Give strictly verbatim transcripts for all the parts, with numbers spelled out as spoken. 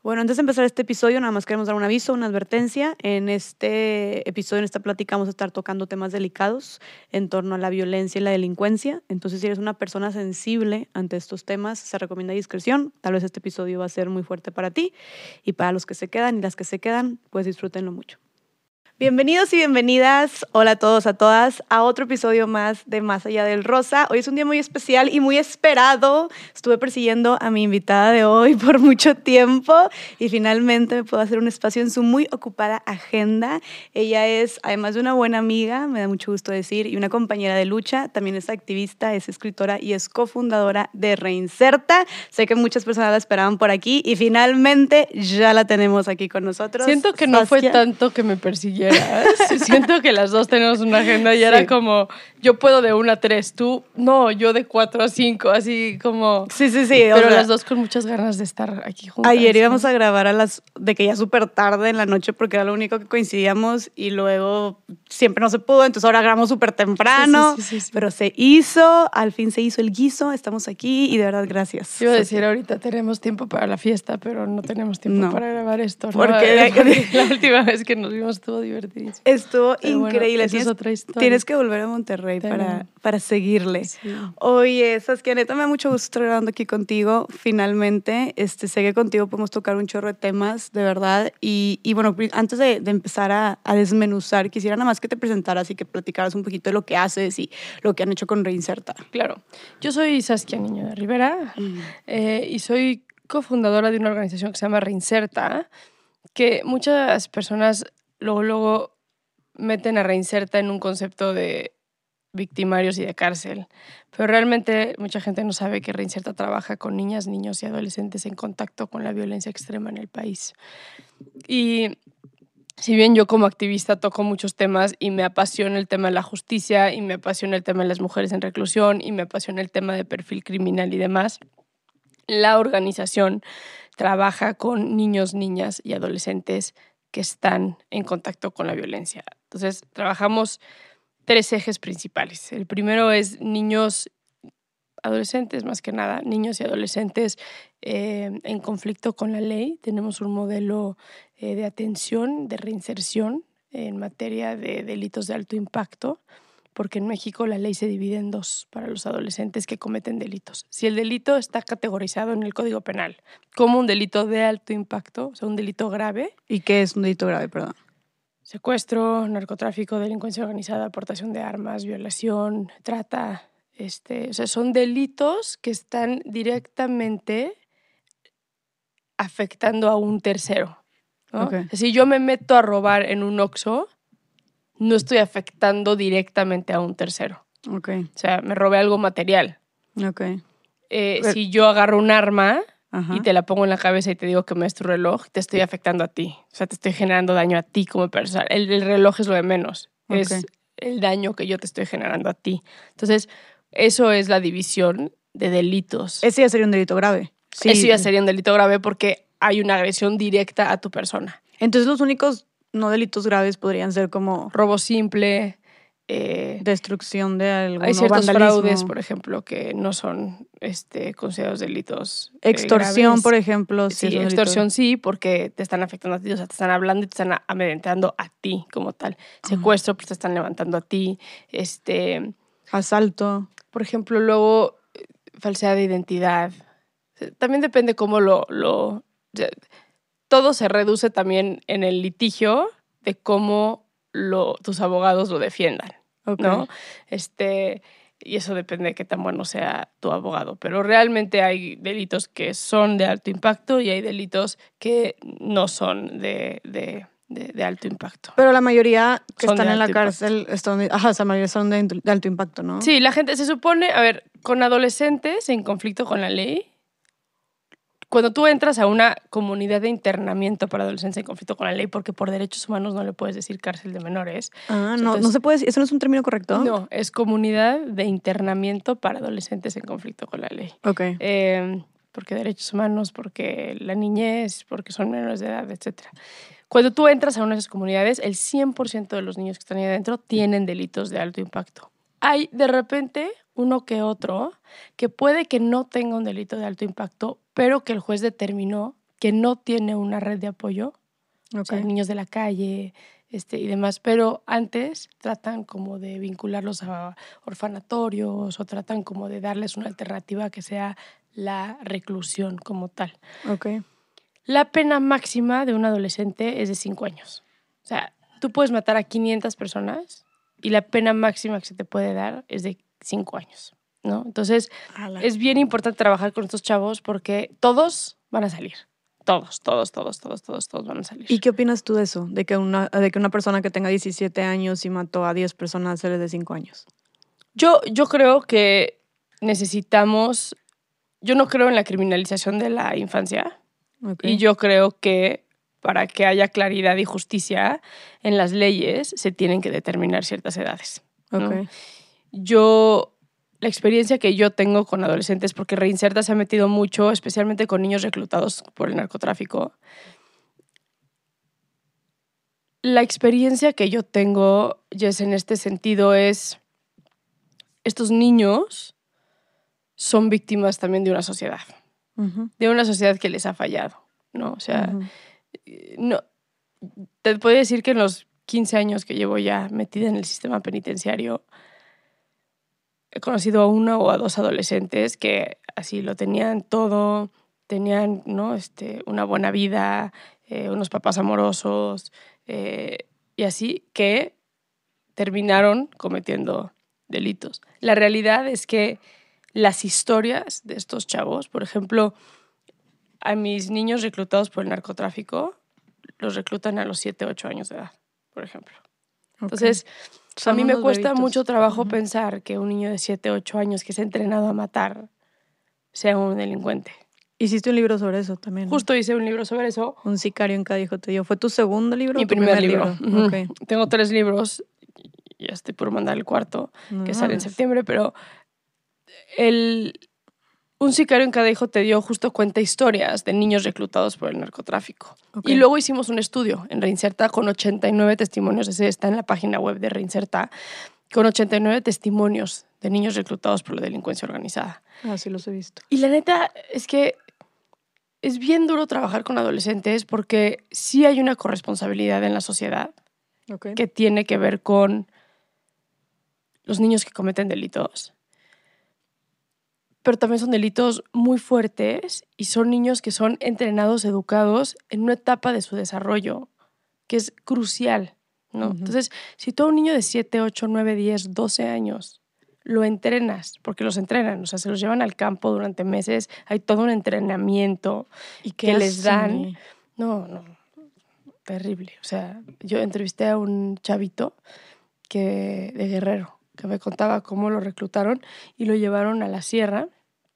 Bueno, antes de empezar este episodio, nada más queremos dar un aviso, una advertencia. En este episodio, en esta plática, vamos a estar tocando temas delicados en torno a la violencia y la delincuencia. Entonces, si eres una persona sensible ante estos temas, se recomienda discreción. Tal vez este episodio va a ser muy fuerte para ti y para los que se quedan y las que se quedan, pues disfrútenlo mucho. Bienvenidos y bienvenidas, hola a todos, a todas, a otro episodio más de Más Allá del Rosa. Hoy es un día muy especial y muy esperado. Estuve persiguiendo a mi invitada de hoy por mucho tiempo y finalmente me puedo hacer un espacio en su muy ocupada agenda. Ella es, además de una buena amiga, me da mucho gusto decir, y una compañera de lucha, también es activista, es escritora y es cofundadora de Reinserta. Sé que muchas personas la esperaban por aquí y finalmente ya la tenemos aquí con nosotros. Siento que no Saskia. fue tanto que me persiguiera. Siento que las dos tenemos una agenda y Sí. era como, yo puedo de una a tres, tú, no, yo de cuatro a cinco, así como... Sí, sí, sí. Pero o sea, las dos con muchas ganas de estar aquí juntas. ayer íbamos ¿no? a grabar a las, de que ya súper tarde en la noche porque era lo único que coincidíamos y luego siempre no se pudo, entonces ahora grabamos súper temprano, Sí, sí, sí, sí, sí. pero se hizo, al fin se hizo el guiso, estamos aquí y de verdad gracias. Iba a decir ahorita tenemos tiempo para la fiesta, pero no tenemos tiempo No. para grabar esto. ¿no? Porque- Porque la última vez que nos vimos estuvo divertidísimo. Estuvo Pero bueno, increíble. esa es tienes, otra historia. tienes que volver a Monterrey Tengo. para, para seguirle. Sí. Oye, Saskia, neta, me da mucho gusto estar grabando aquí contigo, finalmente. Este, sé que contigo podemos tocar un chorro de temas, de verdad. Y, y bueno, antes de, de empezar a, a desmenuzar, quisiera nada más que te presentaras y que platicaras un poquito de lo que haces y lo que han hecho con Reinserta. Claro. Yo soy Saskia Niño de Rivera Mm. eh, y soy cofundadora de una organización que se llama Reinserta, que muchas personas luego, luego meten a Reinserta en un concepto de victimarios y de cárcel. Pero realmente mucha gente no sabe que Reinserta trabaja con niñas, niños y adolescentes en contacto con la violencia extrema en el país. Y si bien yo como activista toco muchos temas y me apasiona el tema de la justicia y me apasiona el tema de las mujeres en reclusión y me apasiona el tema de perfil criminal y demás, la organización trabaja con niños, niñas y adolescentes que están en contacto con la violencia. Entonces, trabajamos tres ejes principales. El primero es niños, adolescentes más que nada, niños y adolescentes eh, en conflicto con la ley. Tenemos un modelo eh, de atención, de reinserción en materia de delitos de alto impacto, porque en México la ley se divide en dos para los adolescentes que cometen delitos. Si el delito está categorizado en el Código Penal como un delito de alto impacto, o sea, un delito grave, ¿Y qué es un delito grave, perdón? secuestro, narcotráfico, delincuencia organizada, aportación de armas, violación, trata, este, o sea, son delitos que están directamente afectando a un tercero, ¿no? Ok. Si yo me meto a robar en un Oxxo, no estoy afectando directamente a un tercero. Ok, O sea, me robé algo material. ok. Eh, Pero- si yo agarro un arma Ajá. y te la pongo en la cabeza y te digo que me es tu reloj, te estoy afectando a ti. O sea, te estoy generando daño a ti como persona. El, el reloj es lo de menos. Ok. Es el daño que yo te estoy generando a ti. Entonces, eso es la división de delitos. Ese ya sería un delito grave. Sí. Eso ya sería un delito grave porque hay una agresión directa a tu persona. Entonces los únicos no delitos graves podrían ser como Robo simple. Eh, destrucción de algo, hay ¿no? ciertos Vandalismo. fraudes, por ejemplo, que no son este, considerados delitos eh, Extorsión, graves. por ejemplo. Sí, es un delito. extorsión sí, porque te están afectando a ti, o sea, te están hablando y te están amedrentando a ti como tal. Secuestro, pues te están levantando a ti. Este, Asalto. por ejemplo, luego, eh, falsedad de identidad. También depende cómo lo... lo o sea, todo se reduce también en el litigio de cómo lo, tus abogados lo defiendan, Ok. ¿no? Este... Y eso depende de qué tan bueno sea tu abogado. Pero realmente hay delitos que son de alto impacto y hay delitos que no son de, de, de, de alto impacto. Pero la mayoría que Son están de en la alto cárcel están, ajá, o sea, la mayoría son de, de alto impacto, ¿no? Sí, la gente se supone, a ver, con adolescentes en conflicto con la ley, cuando tú entras a una comunidad de internamiento para adolescentes en conflicto con la ley, porque por derechos humanos no le puedes decir cárcel de menores. Ah, no, Entonces, no se puede decir, ¿eso no es un término correcto? No, es comunidad de internamiento para adolescentes en conflicto con la ley. Ok. Eh, porque derechos humanos, porque la niñez, porque son menores de edad, etcétera. Cuando tú entras a una de esas comunidades, el cien por ciento de los niños que están ahí adentro tienen delitos de alto impacto. Hay de repente uno que otro que puede que no tenga un delito de alto impacto, pero que el juez determinó que no tiene una red de apoyo, Okay. o sea, niños de la calle este, y demás, pero antes tratan como de vincularlos a orfanatorios o tratan como de darles una alternativa que sea la reclusión como tal. Okay. La pena máxima de un adolescente es de cinco años. O sea, tú puedes matar a quinientas personas y la pena máxima que se te puede dar es de cinco años, ¿no? Entonces, Ala. es bien importante trabajar con estos chavos porque todos van a salir. Todos, todos, todos, todos, todos, todos van a salir. ¿Y qué opinas tú de eso? De que una, de que una persona que tenga diecisiete años y mató a diez personas se le dé cinco años. Yo, yo creo que necesitamos... Yo no creo en la criminalización de la infancia. Okay. Y yo creo que para que haya claridad y justicia en las leyes se tienen que determinar ciertas edades, ¿no? Okay. Yo, la experiencia que yo tengo con adolescentes, porque Reinserta se ha metido mucho, especialmente con niños reclutados por el narcotráfico. La experiencia que yo tengo, Jess, en este sentido es, estos niños son víctimas también de una sociedad, Uh-huh. de una sociedad que les ha fallado, ¿no? O sea, Uh-huh. no, te puedo decir que en los quince años que llevo ya metida en el sistema penitenciario, he conocido a uno o a dos adolescentes que así lo tenían todo, tenían, ¿no? este, una buena vida, eh, unos papás amorosos, eh, y así, que terminaron cometiendo delitos. La realidad es que las historias de estos chavos, por ejemplo, a mis niños reclutados por el narcotráfico, los reclutan a los siete, ocho años de edad, por ejemplo. Okay. Entonces, Son a mí me unos cuesta bebitos. mucho trabajo Uh-huh. pensar que un niño de siete, ocho años que se ha entrenado a matar sea un delincuente. Hiciste un libro sobre eso también, ¿no? Justo hice un libro sobre eso. Un sicario en cada hijo te dio. ¿Fue tu segundo libro Mi o tu primer, primer libro. libro? Ujú. Okay. Tengo tres libros y ya estoy por mandar el cuarto, No que sale en mames. septiembre, pero el... Un sicario en cada hijo te dio justo cuenta historias de niños reclutados por el narcotráfico. Okay. Y luego hicimos un estudio en Reinserta con ochenta y nueve testimonios. Ese está en la página web de Reinserta, con ochenta y nueve testimonios de niños reclutados por la delincuencia organizada. Ah, sí los he visto. Y la neta es que es bien duro trabajar con adolescentes porque sí hay una corresponsabilidad en la sociedad Okay. que tiene que ver con los niños que cometen delitos. Pero también son delitos muy fuertes y son niños que son entrenados, educados en una etapa de su desarrollo que es crucial, ¿no? Uh-huh. Entonces, si tú a un niño de siete, ocho, nueve, diez, doce años lo entrenas, porque los entrenan, o sea, se los llevan al campo durante meses, hay todo un entrenamiento ¿Y qué que les dan. hacen? No, no, terrible. O sea, yo entrevisté a un chavito que, de Guerrero, que me contaba cómo lo reclutaron y lo llevaron a la sierra.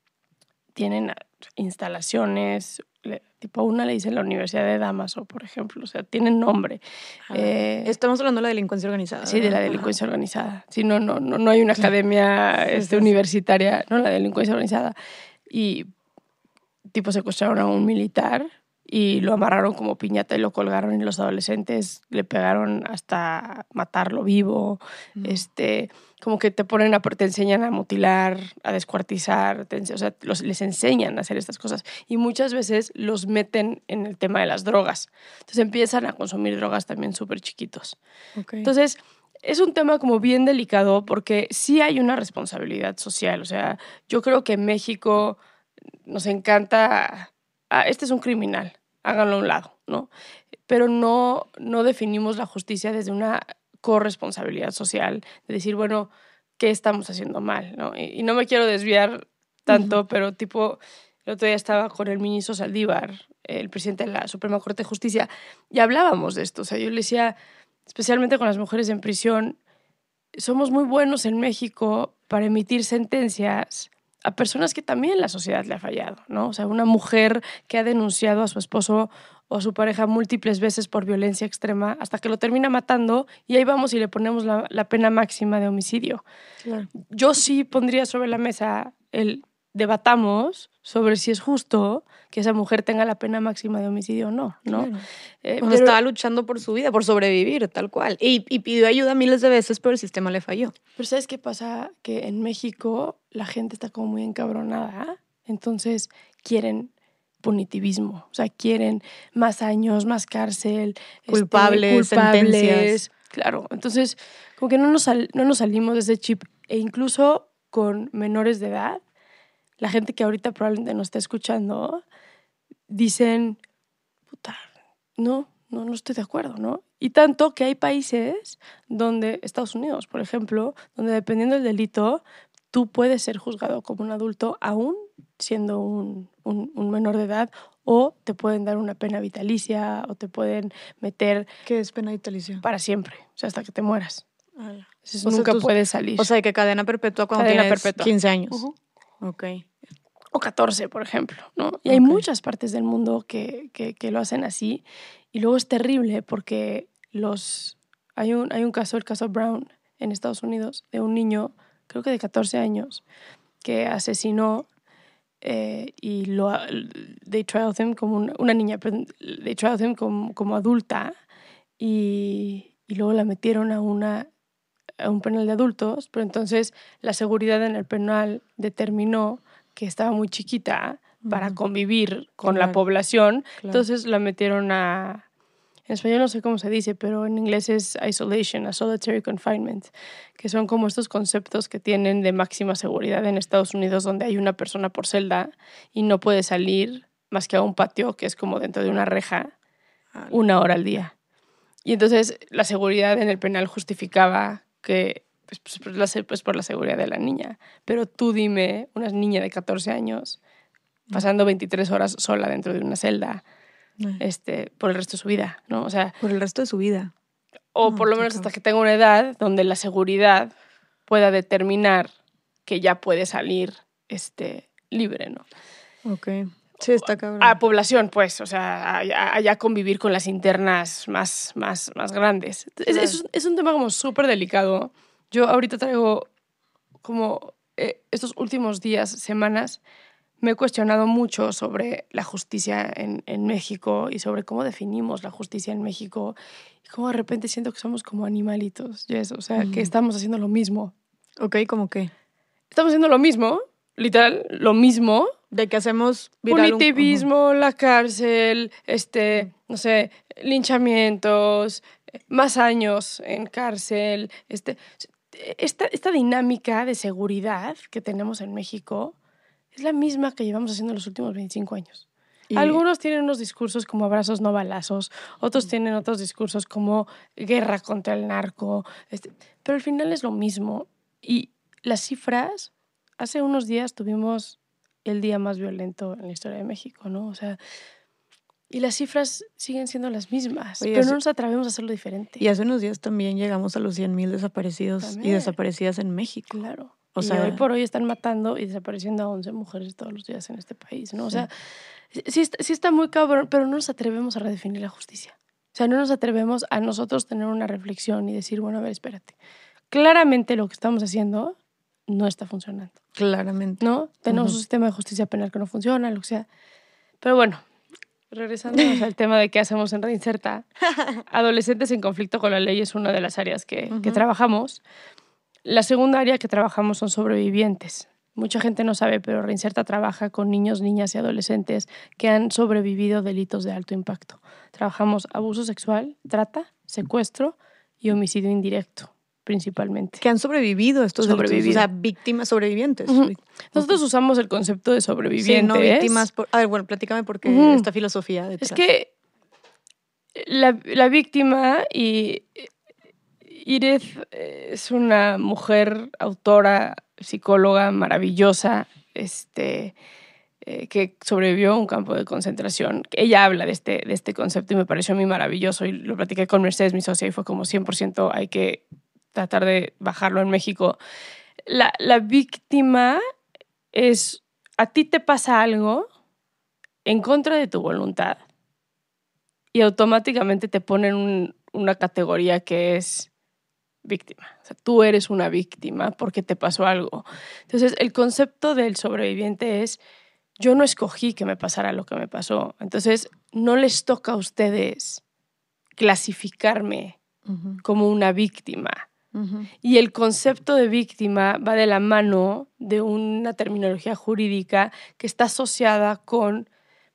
Tienen instalaciones, tipo una le dicen la Universidad de Damaso, por ejemplo, o sea, tienen nombre. Ah, Eh, estamos hablando de la delincuencia organizada. sí, de la ¿verdad? delincuencia Ajá. organizada. Sí, no, no, no, no hay una academia Sí, este, sí, sí. universitaria, no, la delincuencia organizada. Y tipo secuestraron a un militar y lo amarraron como piñata y lo colgaron y los adolescentes le pegaron hasta matarlo vivo. No. Este, como que te ponen a, te enseñan a mutilar, a descuartizar, te, o sea, los, les enseñan a hacer estas cosas y muchas veces los meten en el tema de las drogas. Entonces empiezan a consumir drogas también súper chiquitos. Okay. Entonces es un tema como bien delicado porque sí hay una responsabilidad social. O sea, yo creo que en México nos encanta, ah, este es un criminal, háganlo a un lado, ¿no? Pero no, no definimos la justicia desde una corresponsabilidad social, de decir, bueno, ¿qué estamos haciendo mal? ¿No? Y, y no me quiero desviar tanto, uh-huh. pero tipo, el otro día estaba con el ministro Saldívar, el presidente de la Suprema Corte de Justicia, y hablábamos de esto. O sea, yo le decía, especialmente con las mujeres en prisión, somos muy buenos en México para emitir sentencias a personas que también la sociedad le ha fallado, ¿no? O sea, una mujer que ha denunciado a su esposo o a su pareja múltiples veces por violencia extrema hasta que lo termina matando y ahí vamos y le ponemos la, la pena máxima de homicidio. Claro. Yo sí pondría sobre la mesa el debatamos sobre si es justo que esa mujer tenga la pena máxima de homicidio o no, ¿no? Claro. Eh, o sea, pero... estaba luchando por su vida, por sobrevivir, tal cual. Y, y pidió ayuda miles de veces, pero el sistema le falló. Pero ¿sabes qué pasa? Que en México la gente está como muy encabronada, ¿eh? Entonces quieren punitivismo. O sea, quieren más años, más cárcel. Culpables, este, culpables. sentencias. Claro, entonces como que no nos, sal, no nos salimos de ese chip. E incluso con menores de edad, la gente que ahorita probablemente nos está escuchando, dicen, puta, no, no, no estoy de acuerdo, ¿no? Y tanto que hay países donde, Estados Unidos, por ejemplo, donde dependiendo del delito, tú puedes ser juzgado como un adulto aún siendo un, un, un menor de edad, o te pueden dar una pena vitalicia, o te pueden meter... ¿Qué es pena vitalicia? Para siempre, o sea, hasta que te mueras. Ala. Entonces, nunca sea, tus, puedes salir. O sea, que cadena perpetua cuando cadena tienes perpetua. quince años. Uh-huh. Ok. O catorce, por ejemplo, ¿no? Y hay okay. muchas partes del mundo que, que, que lo hacen así. Y luego es terrible porque los... Hay un, hay un caso, el caso Brown, en Estados Unidos, de un niño, creo que de catorce años, que asesinó eh, y lo... They trialed him como una, una niña, pero they trialed him como, como adulta y, y luego la metieron a una... a un penal de adultos, pero entonces la seguridad en el penal determinó que estaba muy chiquita para uh-huh. convivir con claro. la población, claro. entonces la metieron a... En español no sé cómo se dice, pero en inglés es isolation, a solitary confinement, que son como estos conceptos que tienen de máxima seguridad en Estados Unidos, donde hay una persona por celda y no puede salir más que a un patio, que es como dentro de una reja, una hora al día. Y entonces la seguridad en el penal justificaba que pues, pues, pues, la, pues por la seguridad de la niña. Pero tú dime, una niña de catorce años pasando veintitrés horas sola dentro de una celda no. este, por el resto de su vida, ¿no? O sea, por el resto de su vida. O no, por lo menos hasta que tenga una edad donde la seguridad pueda determinar que ya puede salir este, libre, ¿no? Ok. Sí, está cabrón. A población, pues, o sea, a, a ya convivir con las internas más, más, más grandes. Es, es, es un tema como súper delicado. Yo ahorita traigo como eh, estos últimos días, semanas, me he cuestionado mucho sobre la justicia en, en México y sobre cómo definimos la justicia en México y cómo de repente siento que somos como animalitos, yes, o sea, mm. que estamos haciendo lo mismo. Ok, ¿cómo qué? Estamos haciendo lo mismo, literal, lo mismo. De que hacemos punitivismo, un... uh-huh. la cárcel, este, uh-huh. no sé, linchamientos, más años en cárcel, este, esta, esta dinámica de seguridad que tenemos en México es la misma que llevamos haciendo los últimos veinticinco años. Y... Algunos tienen unos discursos como abrazos no balazos, otros uh-huh. tienen otros discursos como guerra contra el narco, este, pero al final es lo mismo. Y las cifras, hace unos días tuvimos el día más violento en la historia de México, ¿no? O sea, y las cifras siguen siendo las mismas, Oye, pero hace, no nos atrevemos a hacerlo diferente. Y hace unos días también llegamos a los cien mil desaparecidos también. y desaparecidas en México. Claro. O y sea, hoy por hoy están matando y desapareciendo a once mujeres todos los días en este país, ¿no? Sí. O sea, sí está, sí está muy cabrón, pero no nos atrevemos a redefinir la justicia. O sea, no nos atrevemos a nosotros tener una reflexión y decir, bueno, a ver, espérate. Claramente lo que estamos haciendo no está funcionando. Claramente. ¿No? Tenemos uh-huh. un sistema de justicia penal que no funciona, lo que sea. Pero bueno, regresando al tema de qué hacemos en Reinserta, adolescentes en conflicto con la ley es una de las áreas que, uh-huh. que trabajamos. La segunda área que trabajamos son sobrevivientes. Mucha gente no sabe, pero Reinserta trabaja con niños, niñas y adolescentes que han sobrevivido delitos de alto impacto. Trabajamos abuso sexual, trata, secuestro y homicidio indirecto, principalmente. Que han sobrevivido estos sobrevivido. delitos, o sea, víctimas sobrevivientes. Uh-huh. Nosotros uh-huh. usamos el concepto de sobrevivientes. Sí, no víctimas. Por... A ver, bueno, platícame por qué uh-huh. esta filosofía detrás. Es que la, la víctima y... Iris es una mujer, autora, psicóloga maravillosa, este, eh, que sobrevivió a un campo de concentración. Ella habla de este, de este concepto y me pareció a mí maravilloso y lo platiqué con Mercedes, mi socia, y fue como cien por ciento hay que tratar de bajarlo en México. La, la víctima es, a ti te pasa algo en contra de tu voluntad y automáticamente te ponen un, una categoría que es víctima. O sea, tú eres una víctima porque te pasó algo. Entonces, el concepto del sobreviviente es, yo no escogí que me pasara lo que me pasó. Entonces, no les toca a ustedes clasificarme uh-huh. como una víctima. Uh-huh. Y el concepto de víctima va de la mano de una terminología jurídica que está asociada con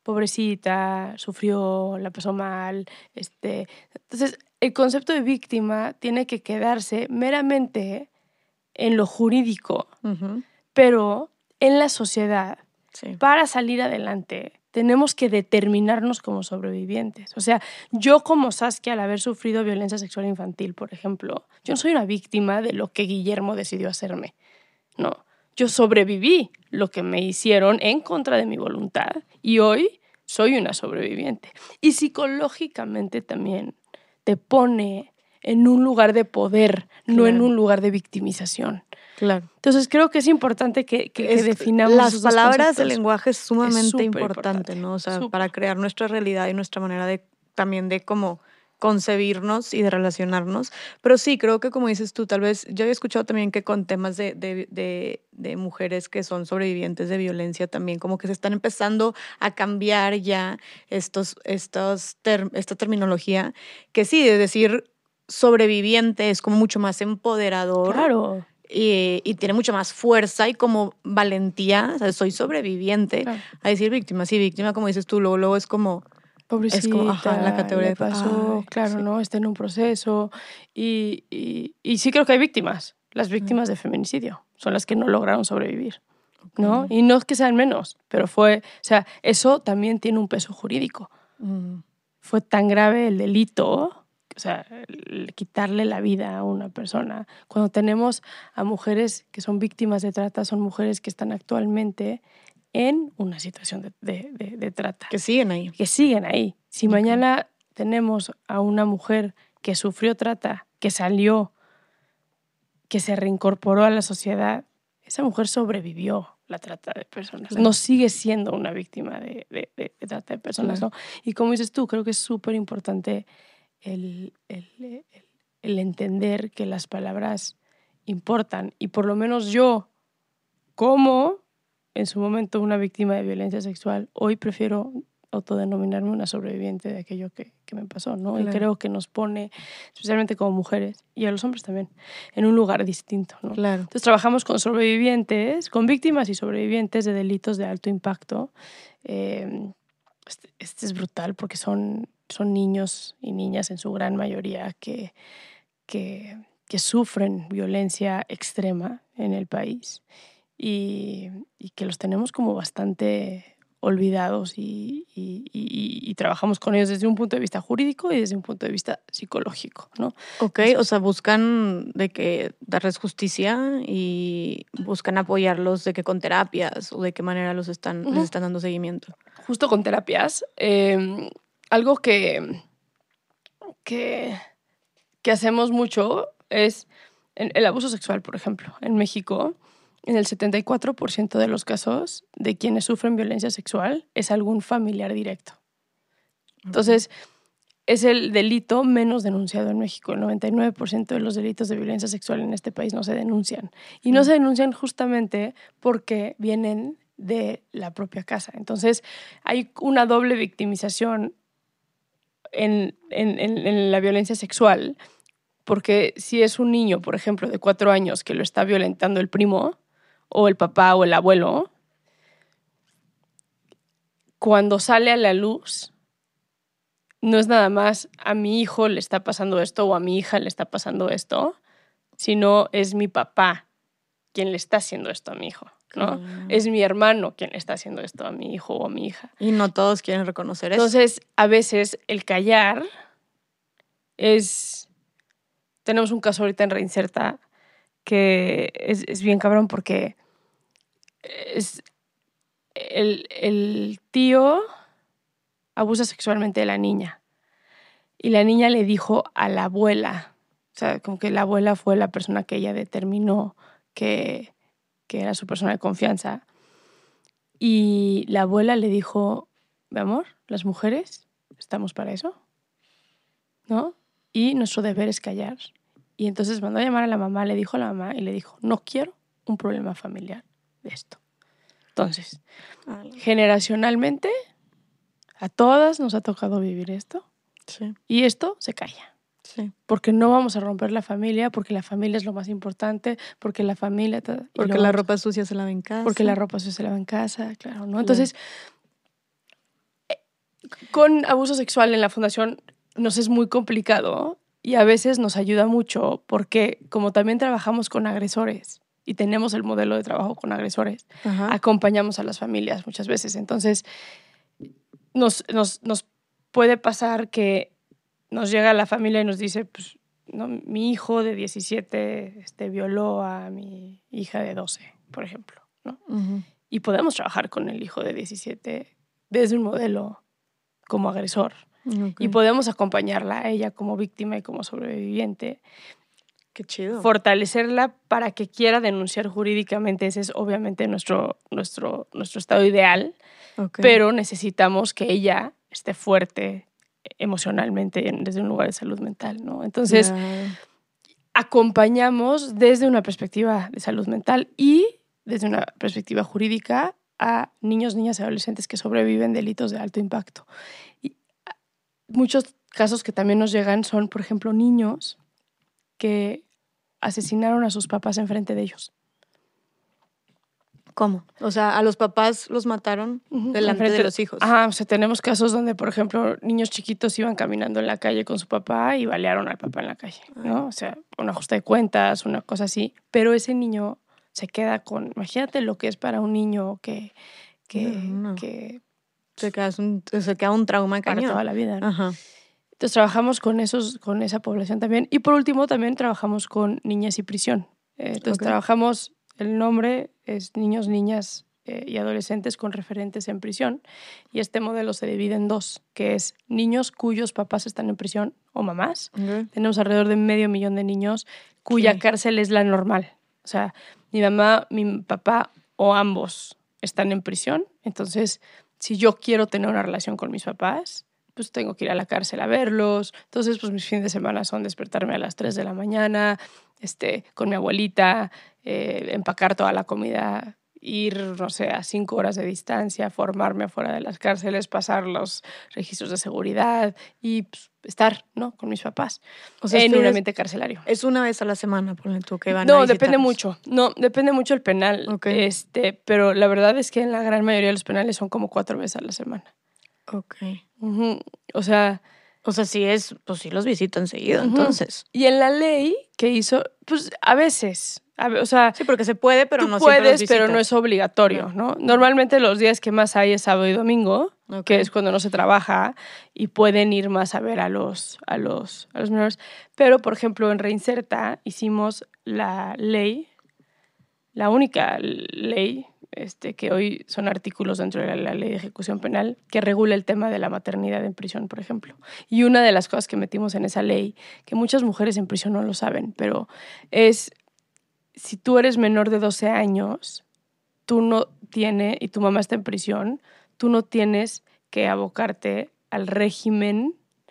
pobrecita, sufrió, la pasó mal. Este. Entonces, el concepto de víctima tiene que quedarse meramente en lo jurídico, Uh-huh. pero en la sociedad, Sí. para salir adelante, tenemos que determinarnos como sobrevivientes. O sea, yo como Saskia, al haber sufrido violencia sexual infantil, por ejemplo, yo no soy una víctima de lo que Guillermo decidió hacerme. No, yo sobreviví lo que me hicieron en contra de mi voluntad y hoy soy una sobreviviente. Y psicológicamente también te pone en un lugar de poder, claro, no en un lugar de victimización. Claro. Entonces creo que es importante que, que, es, que definamos las esos dos palabras, conceptos. el lenguaje es sumamente es importante, importante, ¿no? O sea, super. para crear nuestra realidad y nuestra manera de también de cómo concebirnos y de relacionarnos. Pero sí, creo que como dices tú, tal vez yo había escuchado también que con temas de, de, de, de mujeres que son sobrevivientes de violencia también, como que se están empezando a cambiar ya estos, estos ter, esta terminología, que sí, de decir sobreviviente es como mucho más empoderador. Claro. Y, y tiene mucha más fuerza y como valentía, o sea, soy sobreviviente, claro. a decir víctima, sí, víctima, como dices tú, luego, luego es como, pobrecita, es como, ajá, la categoría le pasó, ay, claro, sí. ¿no? Está en un proceso y, y, y sí creo que hay víctimas, las víctimas mm. de feminicidio, son las que no lograron sobrevivir, okay. ¿no? Y no es que sean menos, pero fue, o sea, eso también tiene un peso jurídico. Mm. Fue tan grave el delito, o sea, el quitarle la vida a una persona. Cuando tenemos a mujeres que son víctimas de trata, son mujeres que están actualmente en una situación de, de, de, de trata. Que siguen ahí. Que siguen ahí. Si okay. mañana tenemos a una mujer que sufrió trata, que salió, que se reincorporó a la sociedad, esa mujer sobrevivió la trata de personas. Claro. No sigue siendo una víctima de, de, de, de trata de personas. Claro. ¿No? Y como dices tú, creo que es súper importante el, el, el, el entender que las palabras importan. Y por lo menos yo, como en su momento una víctima de violencia sexual, hoy prefiero autodenominarme una sobreviviente de aquello que, que me pasó, ¿no? Claro. Y creo que nos pone, especialmente como mujeres, y a los hombres también, en un lugar distinto, ¿no? Claro. Entonces trabajamos con sobrevivientes, con víctimas y sobrevivientes de delitos de alto impacto. Eh, este, este es brutal porque son, son niños y niñas en su gran mayoría que, que, que sufren violencia extrema en el país. Y, y que los tenemos como bastante olvidados y, y, y, y trabajamos con ellos desde un punto de vista jurídico y desde un punto de vista psicológico, ¿no? Ok, o sea, buscan de que darles justicia y buscan apoyarlos de que con terapias o de qué manera los están, uh-huh. les están dando seguimiento. Justo con terapias. Eh, algo que, que, que hacemos mucho es el abuso sexual, por ejemplo. En México, en el setenta y cuatro por ciento de los casos de quienes sufren violencia sexual es algún familiar directo. Entonces, es el delito menos denunciado en México. El noventa y nueve por ciento de los delitos de violencia sexual en este país no se denuncian. Y no se denuncian justamente porque vienen de la propia casa. Entonces, hay una doble victimización en, en, en, en la violencia sexual, porque si es un niño, por ejemplo, de cuatro años que lo está violentando el primo, o el papá o el abuelo, cuando sale a la luz, no es nada más a mi hijo le está pasando esto o a mi hija le está pasando esto, sino es mi papá quien le está haciendo esto a mi hijo, ¿no? Mm. Es mi hermano quien le está haciendo esto a mi hijo o a mi hija. Y no todos quieren reconocer eso. Entonces, a veces el callar es... Tenemos un caso ahorita en Reinserta que es, es bien cabrón porque es el, el tío abusa sexualmente de la niña y la niña le dijo a la abuela, o sea, como que la abuela fue la persona que ella determinó que, que era su persona de confianza, y la abuela le dijo, mi amor, las mujeres estamos para eso, ¿no? Y nuestro deber es callar. Y entonces mandó a llamar a la mamá, le dijo a la mamá y le dijo, no quiero un problema familiar de esto. Entonces, generacionalmente, a todas nos ha tocado vivir esto. Sí. Y esto se calla. Sí. Porque no vamos a romper la familia, porque la familia es lo más importante, porque la familia... Porque la vamos, ropa sucia se lava en casa. Porque la ropa sucia se lava en casa, claro, ¿no? Claro. Entonces, Con abuso sexual en la fundación nos es muy complicado y a veces nos ayuda mucho porque como también trabajamos con agresores y tenemos el modelo de trabajo con agresores, Ajá. acompañamos a las familias muchas veces. Entonces, nos, nos, nos puede pasar que nos llega la familia y nos dice, pues, no, mi hijo de diecisiete este, violó a mi hija de doce, por ejemplo, ¿no? Uh-huh. Y podemos trabajar con el hijo de diecisiete desde un modelo como agresor. Okay. Y podemos acompañarla a ella como víctima y como sobreviviente. Qué chido. Fortalecerla para que quiera denunciar jurídicamente. Ese es obviamente nuestro, nuestro, nuestro estado ideal. Okay. Pero necesitamos que ella esté fuerte emocionalmente desde un lugar de salud mental, ¿no? Entonces, yeah. acompañamos desde una perspectiva de salud mental y desde una perspectiva jurídica a niños, niñas y adolescentes que sobreviven delitos de alto impacto. Y muchos casos que también nos llegan son, por ejemplo, niños que asesinaron a sus papás enfrente de ellos. ¿Cómo? O sea, a los papás los mataron uh-huh. delante enfrente de los hijos. Ajá, o sea, tenemos casos donde, por ejemplo, niños chiquitos iban caminando en la calle con su papá y balearon al papá en la calle, ¿no? O sea, un ajuste de cuentas, una cosa así. Pero ese niño se queda con... Imagínate lo que es para un niño que... que, no, no. que se, queda un, se queda un trauma para cañón. toda la vida, ¿no? Ajá. Entonces trabajamos con, esos, con esa población también. Y por último también trabajamos con niñas y prisión. Eh, entonces okay. trabajamos, el nombre es niños, niñas eh, y adolescentes con referentes en prisión. Y este modelo se divide en dos, que es niños cuyos papás están en prisión o mamás. Okay. Tenemos alrededor de medio millón de niños cuya okay. cárcel es la normal. O sea, mi mamá, mi papá o ambos están en prisión. Entonces, si yo quiero tener una relación con mis papás, pues tengo que ir a la cárcel a verlos. Entonces, pues mis fines de semana son despertarme a las tres de la mañana, este, con mi abuelita, eh, empacar toda la comida, ir, no sé, a cinco horas de distancia, formarme afuera de las cárceles, pasar los registros de seguridad y pues, estar, ¿no?, con mis papás, o sea, en un ambiente carcelario. Es una vez a la semana, ponle tú, que van no, a visitarlos. depende mucho. No, depende mucho el penal. Okay. Este, pero la verdad es que en la gran mayoría de los penales son como cuatro veces a la semana. Ok. Uh-huh. O sea... O sea, sí es, pues sí los visitan seguido, uh-huh. entonces. Y en la ley que hizo, pues a veces, a, o sea... Sí, porque se puede, pero tú no puedes, siempre los visitas. pero no es obligatorio, ¿no? Normalmente los días que más hay es sábado y domingo, okay. que es cuando no se trabaja, y pueden ir más a ver a los, a los, a los menores. Pero, por ejemplo, en Reinserta hicimos la ley, la única ley... Este, que hoy son artículos dentro de la, la ley de ejecución penal que regula el tema de la maternidad en prisión, por ejemplo. Y una de las cosas que metimos en esa ley, que muchas mujeres en prisión no lo saben, pero es, si tú eres menor de doce años, tú no tienes, y tu mamá está en prisión, tú no tienes que abocarte al régimen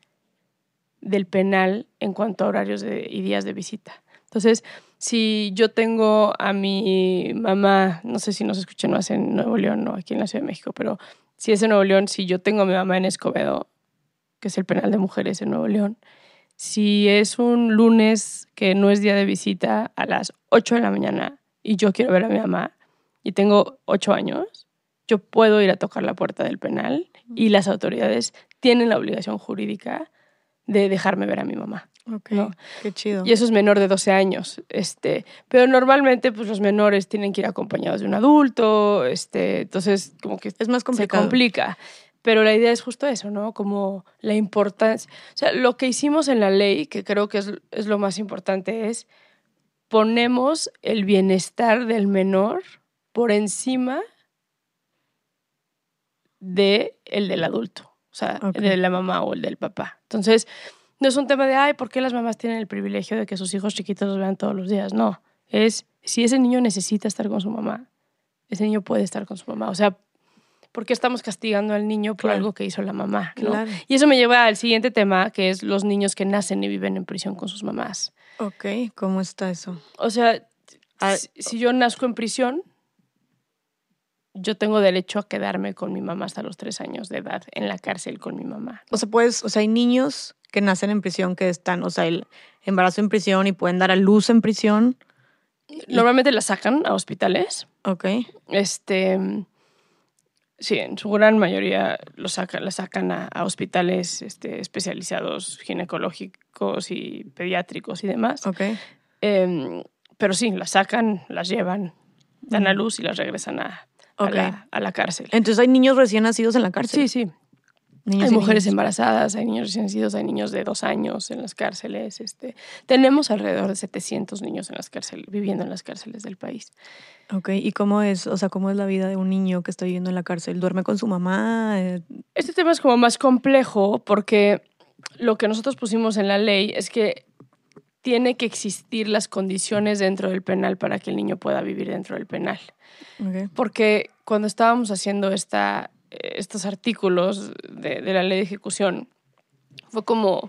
del penal en cuanto a horarios de, y días de visita. Entonces, si yo tengo a mi mamá, no sé si nos escuchan más en Nuevo León o aquí en la Ciudad de México, pero si es en Nuevo León, si yo tengo a mi mamá en Escobedo, que es el penal de mujeres en Nuevo León, si es un lunes que no es día de visita a las ocho de la mañana y yo quiero ver a mi mamá y tengo ocho años, yo puedo ir a tocar la puerta del penal y las autoridades tienen la obligación jurídica de dejarme ver a mi mamá. Ok, ¿no? Qué chido. Y eso es menor de doce años. Este, pero normalmente pues, los menores tienen que ir acompañados de un adulto, este, entonces como que es más complicado. Se complica. Pero la idea es justo eso, ¿no? Como la importancia... O sea, lo que hicimos en la ley, que creo que es, es lo más importante, es ponemos el bienestar del menor por encima de el del adulto. O sea, okay. el de la mamá o el del papá. Entonces, no es un tema de, ay, ¿por qué las mamás tienen el privilegio de que sus hijos chiquitos los vean todos los días? No, es, si ese niño necesita estar con su mamá, ese niño puede estar con su mamá. O sea, ¿por qué estamos castigando al niño por claro. algo que hizo la mamá? ¿no? Claro. Y eso me lleva al siguiente tema, que es los niños que nacen y viven en prisión con sus mamás. Ok, ¿cómo está eso? O sea, ah, si, si yo nazco en prisión, yo tengo derecho a quedarme con mi mamá hasta los tres años de edad en la cárcel con mi mamá. O sea, puedes, o sea, hay niños que nacen en prisión que están, o sea, el embarazo en prisión y pueden dar a luz en prisión. Normalmente la sacan a hospitales. Ok. Este, Sí, en su gran mayoría lo sacan, la sacan a, a hospitales este, especializados, ginecológicos y pediátricos y demás. Okay. Eh, pero sí, las sacan, las llevan, dan Mm. a luz y las regresan a, a, Okay. la, a la cárcel. Entonces hay niños recién nacidos en la cárcel. Sí, sí. Niños Hay y mujeres niñas. embarazadas, hay niños recién nacidos, hay niños de dos años en las cárceles. Este, tenemos alrededor de setecientos niños en las cárceles, viviendo en las cárceles del país. Ok, ¿y cómo es, o sea, cómo es la vida de un niño que está viviendo en la cárcel? ¿Duerme con su mamá? Eh, Este tema es como más complejo porque lo que nosotros pusimos en la ley es que tiene que existir las condiciones dentro del penal para que el niño pueda vivir dentro del penal. okay. Porque cuando estábamos haciendo esta, estos artículos de, de la ley de ejecución, fue como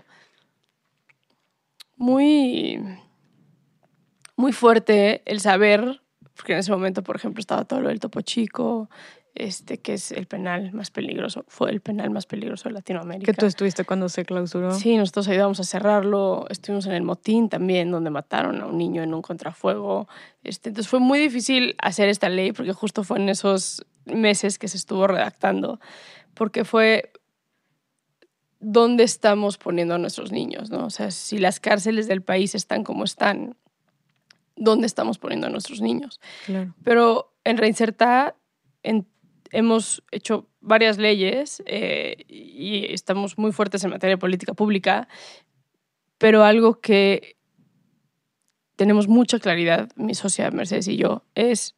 muy, muy fuerte el saber, porque en ese momento, por ejemplo, estaba todo lo del Topo Chico, este, que es el penal más peligroso, fue el penal más peligroso de Latinoamérica. ¿Que tú estuviste cuando se clausuró? Sí, nosotros ayudamos a cerrarlo, estuvimos en el motín también, donde mataron a un niño en un contrafuego. Este, entonces fue muy difícil hacer esta ley, porque justo fue en esos meses que se estuvo redactando, porque fue dónde estamos poniendo a nuestros niños, ¿no? O sea, si las cárceles del país están como están, ¿dónde estamos poniendo a nuestros niños? Claro. Pero en Reinserta en, hemos hecho varias leyes eh, y estamos muy fuertes en materia de política pública, pero algo que tenemos mucha claridad, mi socia Mercedes y yo, es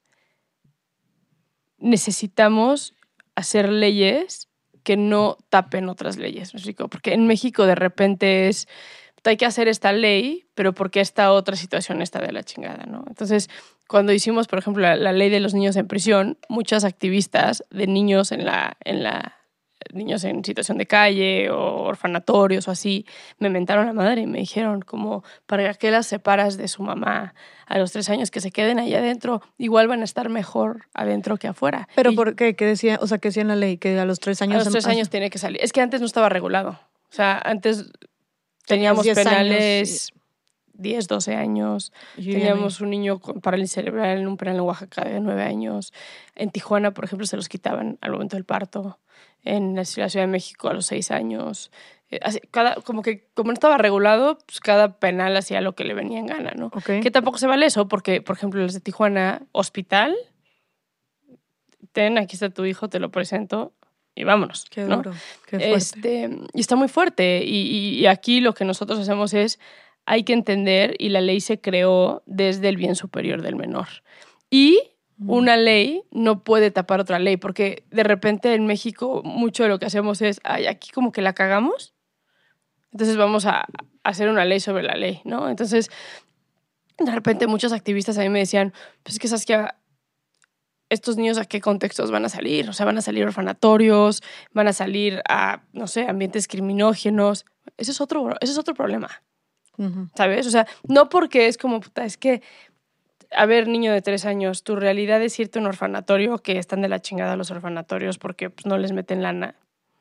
necesitamos hacer leyes que no tapen otras leyes, ¿me explico? Porque en México de repente es, hay que hacer esta ley, pero porque esta otra situación está de la chingada, ¿no? Entonces, cuando hicimos, por ejemplo, la, la ley de los niños en prisión, muchas activistas de niños en la, en la niños en situación de calle o orfanatorios o así, me mentaron la madre y me dijeron como, ¿para qué las separas de su mamá a los tres años? Que se queden ahí adentro, igual van a estar mejor adentro que afuera. ¿Pero y por qué? ¿Qué decía? O sea, ¿qué decía en la ley? Que a los tres años... a los tres años tiene que salir. Es que antes no estaba regulado. O sea, antes teníamos penales diez, doce años. Teníamos un niño con parálisis cerebral en un penal en Oaxaca de nueve años. En Tijuana, por ejemplo, se los quitaban al momento del parto. En la Ciudad de México a los seis años. Así, cada, como que como no estaba regulado, pues cada penal hacía lo que le venía en gana, ¿no? Okay. Que tampoco se vale eso, porque, por ejemplo, los de Tijuana, hospital, ten, aquí está tu hijo, te lo presento y vámonos. Qué ¿no? duro, qué fuerte. Este, y está muy fuerte. Y, y, y aquí lo que nosotros hacemos es, hay que entender, y la ley se creó desde el bien superior del menor. Y una ley no puede tapar otra ley, porque de repente en México mucho de lo que hacemos es, ay, aquí como que la cagamos, entonces vamos a hacer una ley sobre la ley, ¿no? Entonces, de repente muchos activistas a mí me decían, pues es que sabes que estos niños a qué contextos van a salir, o sea, van a salir a orfanatorios, van a salir a, no sé, ambientes criminógenos. Ese es otro, ese es otro problema, uh-huh. ¿Sabes? O sea, no porque es como, puta, es que a ver, niño de tres años, tu realidad es irte a un orfanatorio, que están de la chingada los orfanatorios porque pues, no les meten lana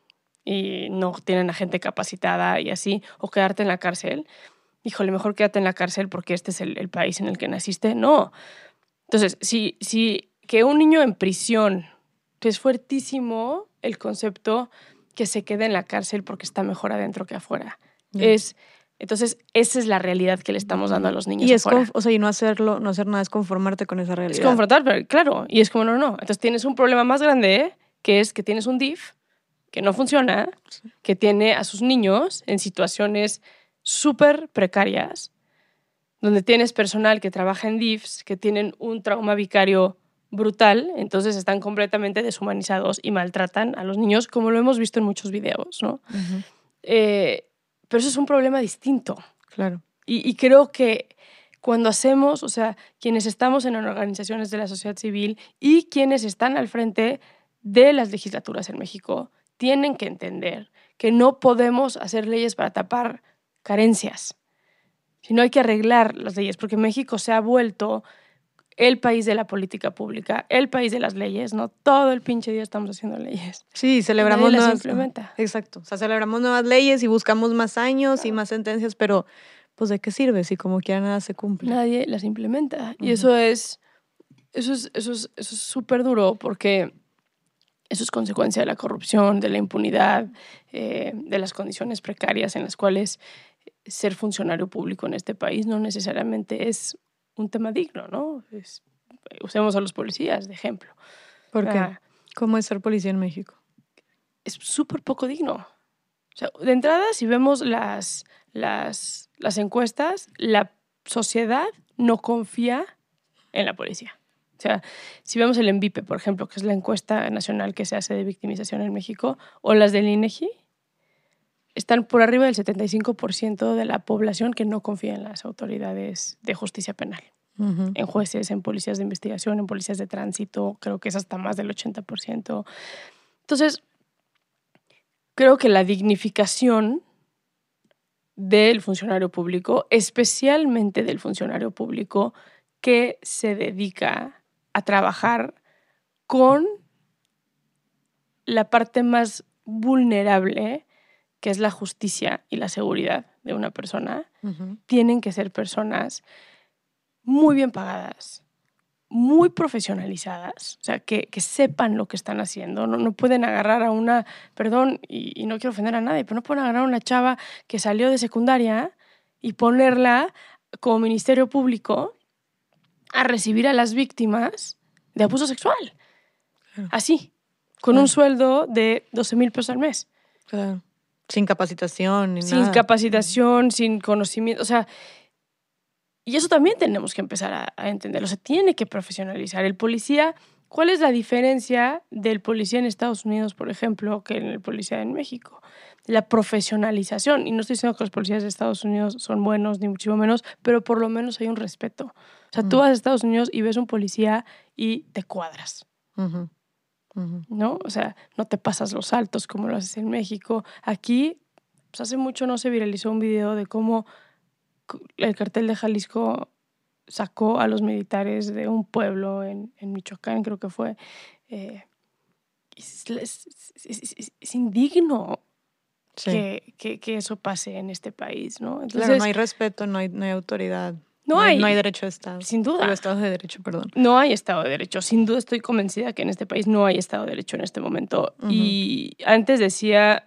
y no tienen a gente capacitada y así, o quedarte en la cárcel. Híjole, mejor quédate en la cárcel porque este es el, el país en el que naciste. No. Entonces, si, si que un niño en prisión, es fuertísimo el concepto que se quede en la cárcel porque está mejor adentro que afuera. Mm. Es... Entonces, esa es la realidad que le estamos dando a los niños y es afuera. Conf- o sea, y no hacerlo, no hacer nada es conformarte con esa realidad. Es confrontar, pero claro. Y es como, no, no. Entonces tienes un problema más grande, ¿eh? Que es que tienes un D I F que no funciona, sí. Que tiene a sus niños en situaciones súper precarias, donde tienes personal que trabaja en D I Fs, que tienen un trauma vicario brutal, entonces están completamente deshumanizados y maltratan a los niños, como lo hemos visto en muchos videos, ¿no? Uh-huh. Eh... Pero eso es un problema distinto. Claro. Y, y creo que cuando hacemos, o sea, quienes estamos en organizaciones de la sociedad civil y quienes están al frente de las legislaturas en México, tienen que entender que no podemos hacer leyes para tapar carencias, sino hay que arreglar las leyes, porque México se ha vuelto el país de la política pública, el país de las leyes, ¿no? Todo el pinche día estamos haciendo leyes. Sí, celebramos nuevas... implementa. Exacto. O sea, celebramos nuevas leyes y buscamos más años, claro, y más sentencias, pero pues ¿de qué sirve si como quiera nada se cumple? Nadie las implementa. Uh-huh. Y eso es eso es eso es eso es súper duro porque eso es consecuencia de la corrupción, de la impunidad, eh, de las condiciones precarias en las cuales ser funcionario público en este país no necesariamente es un tema digno, ¿no? Es, usemos a los policías de ejemplo. ¿Por qué? Ah, ¿Cómo es ser policía en México? es súper poco digno. O sea, de entrada, si vemos las, las, las encuestas, la sociedad no confía en la policía. O sea, si vemos el ENVIPE, por ejemplo, que es la encuesta nacional que se hace de victimización en México, o las del INEGI, están por arriba del setenta y cinco por ciento de la población que no confía en las autoridades de justicia penal. Uh-huh. En jueces, en policías de investigación, en policías de tránsito, creo que es hasta más del ochenta por ciento. Entonces, creo que la dignificación del funcionario público, especialmente del funcionario público que se dedica a trabajar con la parte más vulnerable, que es la justicia y la seguridad de una persona, uh-huh. tienen que ser personas muy bien pagadas, muy profesionalizadas, o sea, que, que sepan lo que están haciendo. No, no pueden agarrar a una, perdón, y, y no quiero ofender a nadie, pero no pueden agarrar a una chava que salió de secundaria y ponerla como Ministerio Público a recibir a las víctimas de abuso sexual. Claro. Así, con claro. un sueldo de doce mil pesos al mes. Claro. Sin capacitación ni sin nada. Sin capacitación, uh-huh. sin conocimiento, o sea... Y eso también tenemos que empezar a, a entenderlo. Se tiene que profesionalizar. El policía, ¿cuál es la diferencia del policía en Estados Unidos, por ejemplo, que en el policía en México? La profesionalización. Y no estoy diciendo que los policías de Estados Unidos son buenos, ni muchísimo menos, pero por lo menos hay un respeto. O sea, uh-huh. tú vas a Estados Unidos y ves un policía y te cuadras. Uh-huh. Uh-huh. ¿No? O sea, no te pasas los saltos como lo haces en México. Aquí, pues hace mucho no se viralizó un video de cómo el cartel de Jalisco sacó a los militares de un pueblo en, en Michoacán, creo que fue. Eh, es, es, es, es, es indigno sí. que, que, que eso pase en este país, ¿no? Entonces, claro, no hay respeto, no hay, no hay autoridad. No, no, hay, hay, no hay derecho de Estado. Sin duda. O Estado de Derecho, perdón. No hay Estado de Derecho. Sin duda estoy convencida que en este país no hay Estado de Derecho en este momento. Uh-huh. Y antes decía...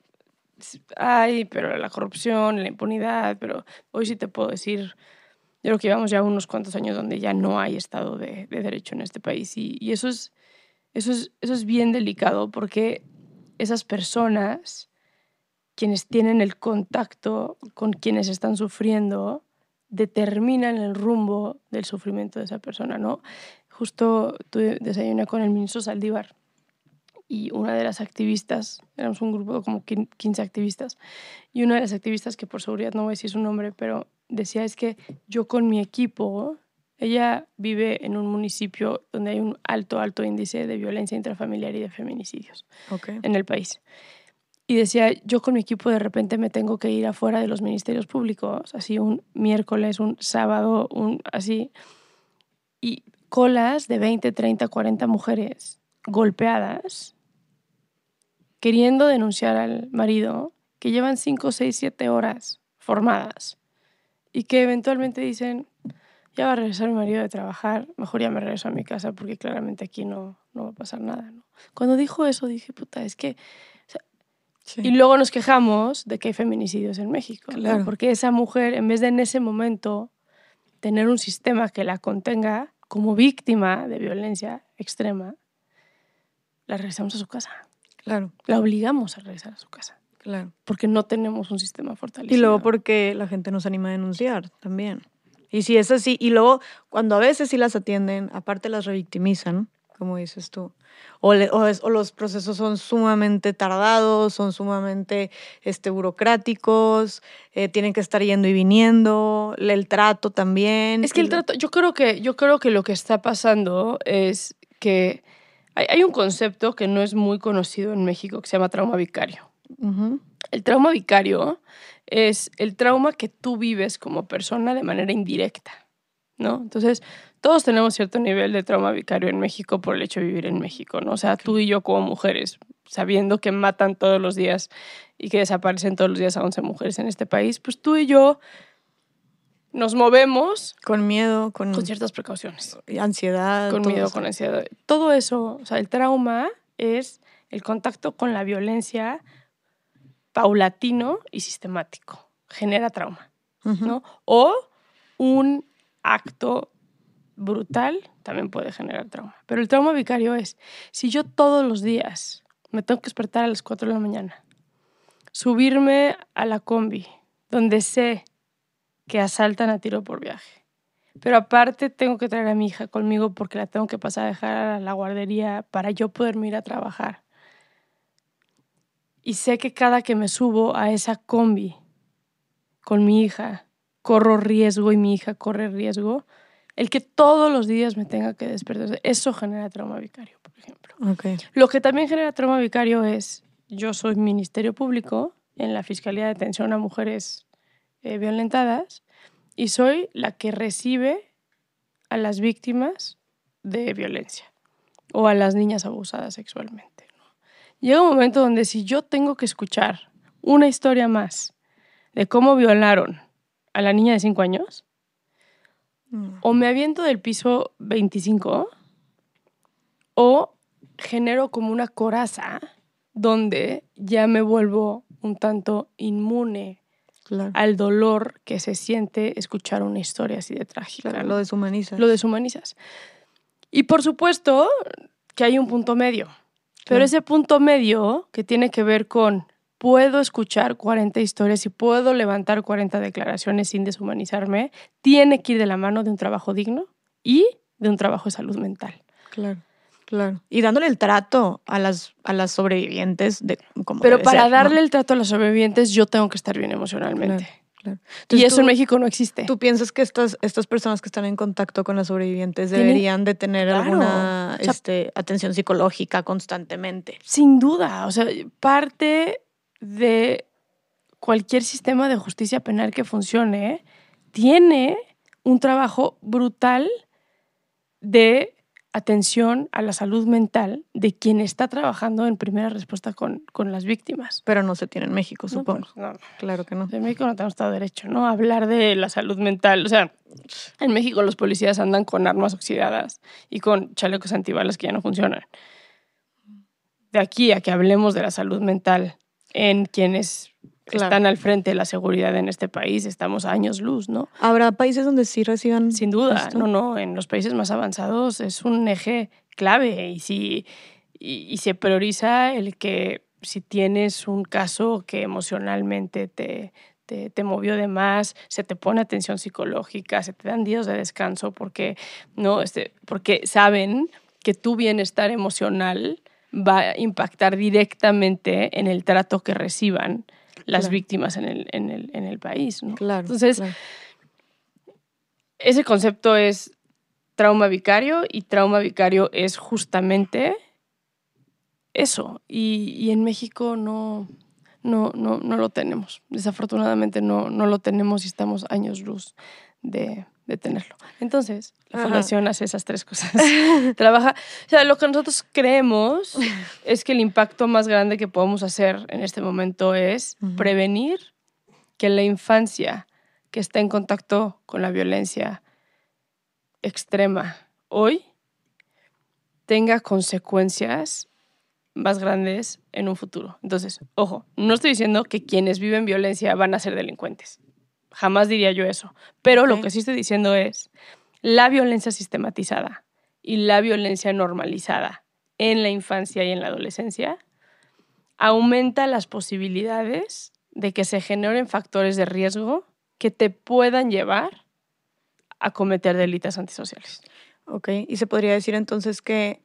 Ay, pero la corrupción, la impunidad, pero hoy sí te puedo decir, yo creo que llevamos ya unos cuantos años donde ya no hay Estado de, de Derecho en este país y, y eso, es, eso, es, eso es bien delicado porque esas personas, quienes tienen el contacto con quienes están sufriendo, determinan el rumbo del sufrimiento de esa persona, ¿no? Justo tuve desayuné con el ministro Saldívar y una de las activistas, éramos un grupo de como quince activistas, y una de las activistas, que por seguridad no voy a decir su nombre, pero decía es que yo con mi equipo, ella vive en un municipio donde hay un alto, alto índice de violencia intrafamiliar y de feminicidios okay. en el país. Y decía, yo con mi equipo de repente me tengo que ir afuera de los ministerios públicos, así un miércoles, un sábado, un así, y colas de veinte, treinta, cuarenta mujeres golpeadas, queriendo denunciar al marido, que llevan cinco, seis, siete horas formadas y que eventualmente dicen, ya va a regresar mi marido de trabajar, mejor ya me regreso a mi casa porque claramente aquí no, no va a pasar nada, ¿no? Cuando dijo eso dije, puta, es que... O sea, sí. Y luego nos quejamos de que hay feminicidios en México, claro. ¿no? Porque esa mujer, en vez de en ese momento tener un sistema que la contenga como víctima de violencia extrema, la regresamos a su casa. Claro. La obligamos a regresar a su casa. Claro. Porque no tenemos un sistema fortalecido. Y luego porque la gente no se anima a denunciar también. Y si es así, y luego cuando a veces sí las atienden, aparte las revictimizan, como dices tú, o, le, o, es, o los procesos son sumamente tardados, son sumamente este, burocráticos, eh, tienen que estar yendo y viniendo, el trato también. Es que el trato, yo creo que, yo creo que lo que está pasando es que hay, hay un concepto que no es muy conocido en México que se llama trauma vicario. Uh-huh. El trauma vicario es el trauma que tú vives como persona de manera indirecta, ¿no? Entonces, todos tenemos cierto nivel de trauma vicario en México por el hecho de vivir en México, ¿no? O sea, tú y yo como mujeres, sabiendo que matan todos los días y que desaparecen todos los días a once mujeres en este país, pues tú y yo nos movemos... Con miedo, con... Con ciertas precauciones. Ansiedad. Con miedo, eso. Con ansiedad. Todo eso, o sea, el trauma es el contacto con la violencia paulatino y sistemático. Genera trauma, uh-huh. ¿no? O un acto brutal también puede generar trauma. Pero el trauma vicario es, si yo todos los días me tengo que despertar a las cuatro de la mañana, subirme a la combi, donde sé que asaltan a tiro por viaje, pero aparte tengo que traer a mi hija conmigo porque la tengo que pasar a dejar a la guardería para yo poderme ir a trabajar. Y sé que cada que me subo a esa combi con mi hija, corro riesgo y mi hija corre riesgo. El que todos los días me tenga que despertar, eso genera trauma vicario, por ejemplo. Okay. Lo que también genera trauma vicario es, yo soy Ministerio Público en la Fiscalía de Atención a Mujeres eh, Violentadas y soy la que recibe a las víctimas de violencia o a las niñas abusadas sexualmente, ¿no? Llega un momento donde si yo tengo que escuchar una historia más de cómo violaron a la niña de cinco años, mm. o me aviento del piso veinticinco o genero como una coraza donde ya me vuelvo un tanto inmune claro. al dolor que se siente escuchar una historia así de trágica. Claro, ¿no? Lo deshumanizas. Lo deshumanizas. Y por supuesto que hay un punto medio. Pero claro. ese punto medio que tiene que ver con puedo escuchar cuarenta historias y puedo levantar cuarenta declaraciones sin deshumanizarme, tiene que ir de la mano de un trabajo digno y de un trabajo de salud mental. Claro. Claro. Y dándole el trato a las, a las sobrevivientes de como Pero debe para ser, darle ¿no? el trato a las sobrevivientes yo tengo que estar bien emocionalmente. Claro, claro. Entonces, y eso tú, en México no existe. ¿Tú piensas que estas, estas personas que están en contacto con las sobrevivientes deberían de tener claro. alguna o sea, este, atención psicológica constantemente? Sin duda. O sea, parte de cualquier sistema de justicia penal que funcione tiene un trabajo brutal de atención a la salud mental de quien está trabajando en primera respuesta con, con las víctimas. Pero no se tiene en México, supongo. No, pues, no. Claro que no. En México no tenemos todo derecho, ¿no? A hablar de la salud mental. O sea, en México los policías andan con armas oxidadas y con chalecos antibalas que ya no funcionan. De aquí a que hablemos de la salud mental en quienes claro. están al frente de la seguridad en este país, estamos a años luz, ¿no? ¿Habrá países donde sí reciban Sin duda, esto? no, no, en los países más avanzados es un eje clave y, si, y, y se prioriza el que si tienes un caso que emocionalmente te, te, te movió de más, se te pone atención psicológica, se te dan días de descanso porque, ¿no? este, porque saben que tu bienestar emocional va a impactar directamente en el trato que reciban las claro. víctimas en el, en, el, en el país, ¿no? Claro, Entonces, claro. ese concepto es trauma vicario y trauma vicario es justamente eso. Y, y en México no, no, no, no lo tenemos. Desafortunadamente no, no lo tenemos y estamos años luz de, de tenerlo. Entonces, la Ajá. Fundación hace esas tres cosas. Trabaja, o sea, lo que nosotros creemos es que el impacto más grande que podemos hacer en este momento es uh-huh. prevenir que la infancia que está en contacto con la violencia extrema hoy tenga consecuencias más grandes en un futuro. Entonces, ojo, no estoy diciendo que quienes viven violencia van a ser delincuentes. Jamás diría yo eso. Pero okay. lo que sí estoy diciendo es la violencia sistematizada y la violencia normalizada en la infancia y en la adolescencia aumenta las posibilidades de que se generen factores de riesgo que te puedan llevar a cometer delitos antisociales. Ok, y se podría decir entonces que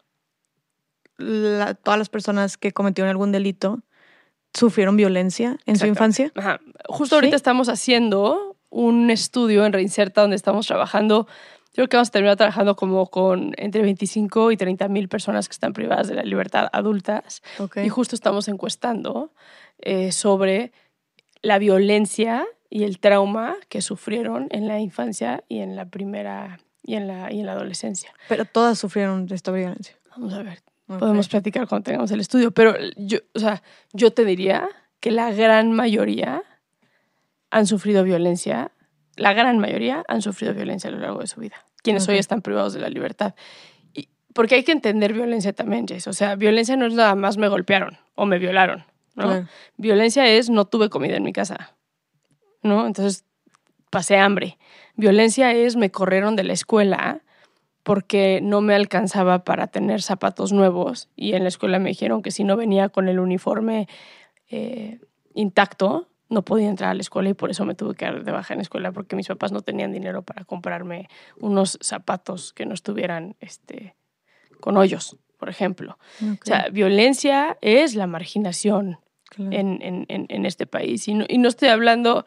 la, todas las personas que cometieron algún delito sufrieron violencia en su infancia. Ajá. Justo ahorita ¿Sí? estamos haciendo un estudio en Reinserta donde estamos trabajando, creo que vamos a terminar trabajando como con entre veinticinco y treinta mil personas que están privadas de la libertad adultas. Okay. Y justo estamos encuestando eh, sobre la violencia y el trauma que sufrieron en la infancia y en la primera y en la, y en la adolescencia. Pero todas sufrieron de esta violencia. Vamos a ver, okay. podemos platicar cuando tengamos el estudio, pero yo, o sea, yo te diría que la gran mayoría han sufrido violencia, la gran mayoría han sufrido violencia a lo largo de su vida, quienes okay. hoy están privados de la libertad. Y porque hay que entender violencia también, Jess. O sea, violencia no es nada más me golpearon o me violaron, ¿no? Claro. Violencia es no tuve comida en mi casa, ¿no? Entonces pasé hambre. Violencia es me corrieron de la escuela porque no me alcanzaba para tener zapatos nuevos y en la escuela me dijeron que si no venía con el uniforme eh, intacto no podía entrar a la escuela y por eso me tuve que dar de baja en la escuela porque mis papás no tenían dinero para comprarme unos zapatos que no estuvieran este, con hoyos, por ejemplo. Okay. O sea, violencia es la marginación claro. en, en, en, en este país. Y no, y no estoy hablando...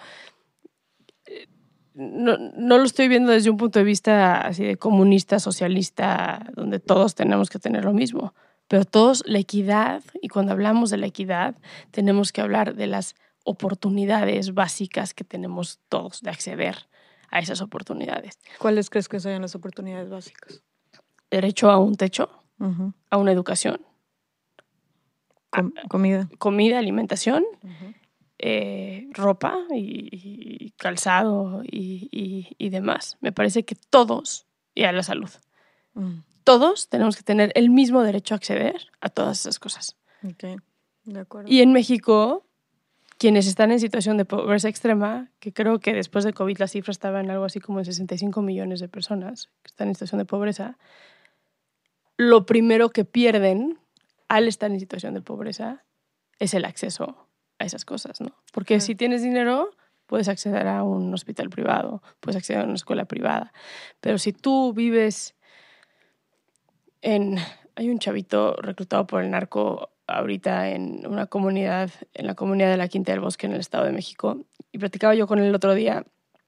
No, no lo estoy viendo desde un punto de vista así de comunista, socialista, donde todos tenemos que tener lo mismo. Pero todos, la equidad, y cuando hablamos de la equidad, tenemos que hablar de las oportunidades básicas que tenemos todos de acceder a esas oportunidades. ¿Cuáles crees que sean las oportunidades básicas? Derecho a un techo, uh-huh. a una educación. Com- comida. Comida, alimentación. Uh-huh. Eh, ropa y, y calzado y, y, y demás. Me parece que todos, y a la salud, mm. todos tenemos que tener el mismo derecho a acceder a todas esas cosas. Okay. De acuerdo. Y en México, quienes están en situación de pobreza extrema, que creo que después de COVID la cifra estaba en algo así como en sesenta y cinco millones de personas que están en situación de pobreza, lo primero que pierden al estar en situación de pobreza es el acceso a esas cosas, ¿no? Porque sí. si tienes dinero, puedes acceder a un hospital privado, puedes acceder a una escuela privada. Pero si tú vives en... Hay un chavito reclutado por el narco ahorita en una comunidad, en la comunidad de la Quinta del Bosque en el Estado de México, y platicaba yo con él el otro día,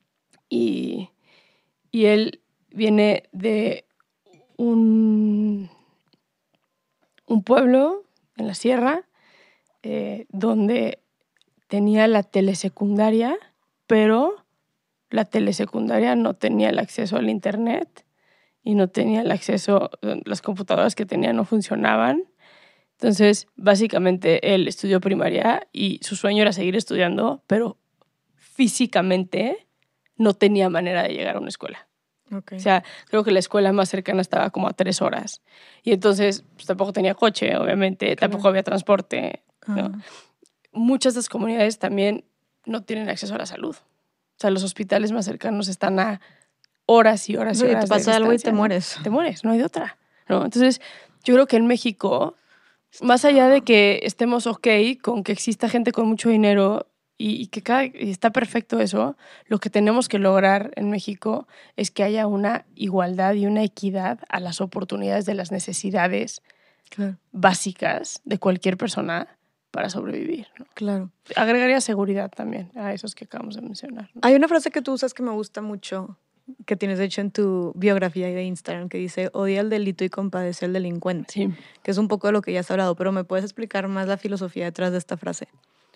y, y él viene de un, un pueblo en la sierra, Eh, donde tenía la telesecundaria, pero la telesecundaria no tenía el acceso al internet y no tenía el acceso, las computadoras que tenía no funcionaban. Entonces, básicamente, él estudió primaria y su sueño era seguir estudiando, pero físicamente no tenía manera de llegar a una escuela. Okay. O sea, creo que la escuela más cercana estaba como a tres horas. Y entonces, pues, tampoco tenía coche, obviamente, claro. Tampoco había transporte. ¿No? Uh-huh. Muchas de las comunidades también no tienen acceso a la salud. O sea, los hospitales más cercanos están a horas y horas y sí, horas. Te pasa algo y te ¿no? mueres. Te mueres, no hay de otra. ¿No? Entonces, yo creo que en México, más allá de que estemos ok con que exista gente con mucho dinero y, y que cada, y está perfecto eso, lo que tenemos que lograr en México es que haya una igualdad y una equidad a las oportunidades de las necesidades claro. básicas de cualquier persona para sobrevivir, ¿no? Claro. Agregaría seguridad también a esos que acabamos de mencionar, ¿no? Hay una frase que tú usas que me gusta mucho, que tienes de hecho en tu biografía de Instagram, que dice, odia el delito y compadece al delincuente. Sí. Que es un poco de lo que ya has hablado, pero ¿me puedes explicar más la filosofía detrás de esta frase?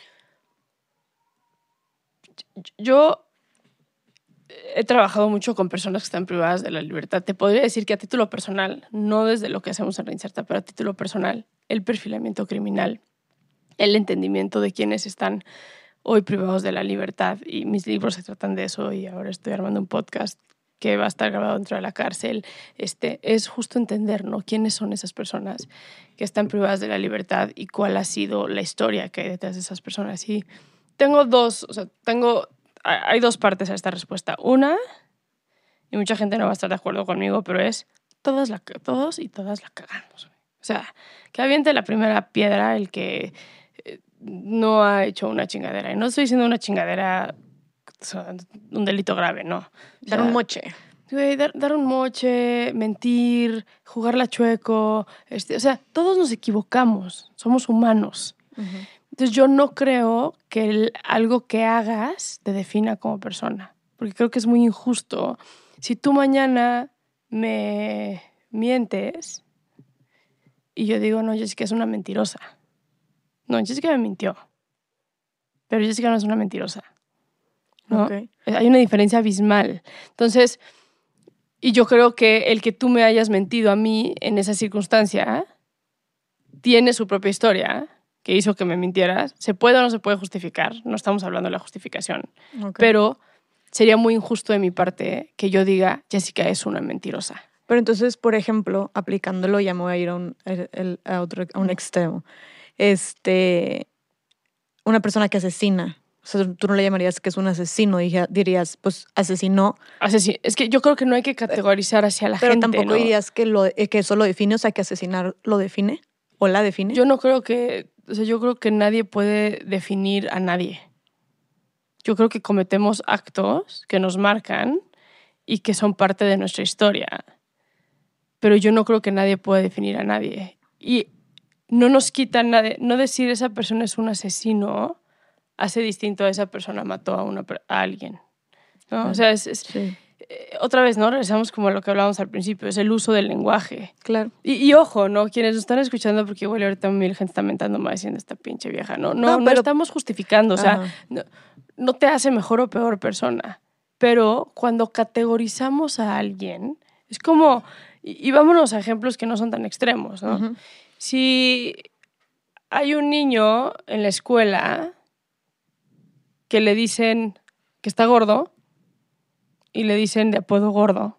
Yo he trabajado mucho con personas que están privadas de la libertad. Te podría decir que a título personal, no desde lo que hacemos en Reinserta, pero a título personal, el perfilamiento criminal, el entendimiento de quienes están hoy privados de la libertad, y mis libros se tratan de eso, y ahora estoy armando un podcast que va a estar grabado dentro de la cárcel, este, es justo entender, ¿no? quiénes son esas personas que están privadas de la libertad y cuál ha sido la historia que hay detrás de esas personas. Y tengo dos, o sea, tengo, hay dos partes a esta respuesta. Una, y mucha gente no va a estar de acuerdo conmigo, pero es, todos, la, todos y todas la cagamos. O sea, que aviente la primera piedra el que no ha hecho una chingadera. Y no estoy diciendo una chingadera, o sea, un delito grave, no. Dar o sea, un moche. Güey, dar, dar un moche, mentir, jugarla chueco. Este, o sea, todos nos equivocamos. Somos humanos. Uh-huh. Entonces yo no creo que el, algo que hagas te defina como persona. Porque creo que es muy injusto. Si tú mañana me mientes y yo digo, no, Jessica es una mentirosa. No, Jessica me mintió. Pero Jessica no es una mentirosa. ¿No? Okay. Hay una diferencia abismal. Entonces, y yo creo que el que tú me hayas mentido a mí en esa circunstancia tiene su propia historia que hizo que me mintieras. Se puede o no se puede justificar. No estamos hablando de la justificación. Okay. Pero sería muy injusto de mi parte que yo diga, Jessica es una mentirosa. Pero entonces, por ejemplo, aplicándolo, ya me voy a ir a un, el- a otro, a un extremo. Este, una persona que asesina, o sea, tú no le llamarías que es un asesino, dije- dirías, pues asesinó, Así, es que yo creo que no hay que categorizar hacia la pero gente, tampoco ¿no? dirías que, lo, eh, que eso lo define, o sea, que asesinar lo define o la define. Yo no creo que, o sea, yo creo que nadie puede definir a nadie. Yo creo que cometemos actos que nos marcan y que son parte de nuestra historia. Pero yo no creo que nadie pueda definir a nadie. Y no nos quita nadie, no decir esa persona es un asesino hace distinto a esa persona mató a, una, a alguien. ¿No? Claro. O sea, es, es Sí, eh, otra vez, ¿no? Regresamos como a lo que hablábamos al principio, es el uso del lenguaje. claro. Y, y ojo, ¿no? Quienes nos están escuchando, porque igual ahorita mil gente está mentando más diciendo esta pinche vieja, ¿no? No, No, no, pero- estamos justificando, o sea, Ajá. no, no te hace mejor o peor persona. Pero cuando categorizamos a alguien, es como, y, y vámonos a ejemplos que no son tan extremos, ¿no? Ujú. Si hay un niño en la escuela que le dicen que está gordo y le dicen de apodo gordo,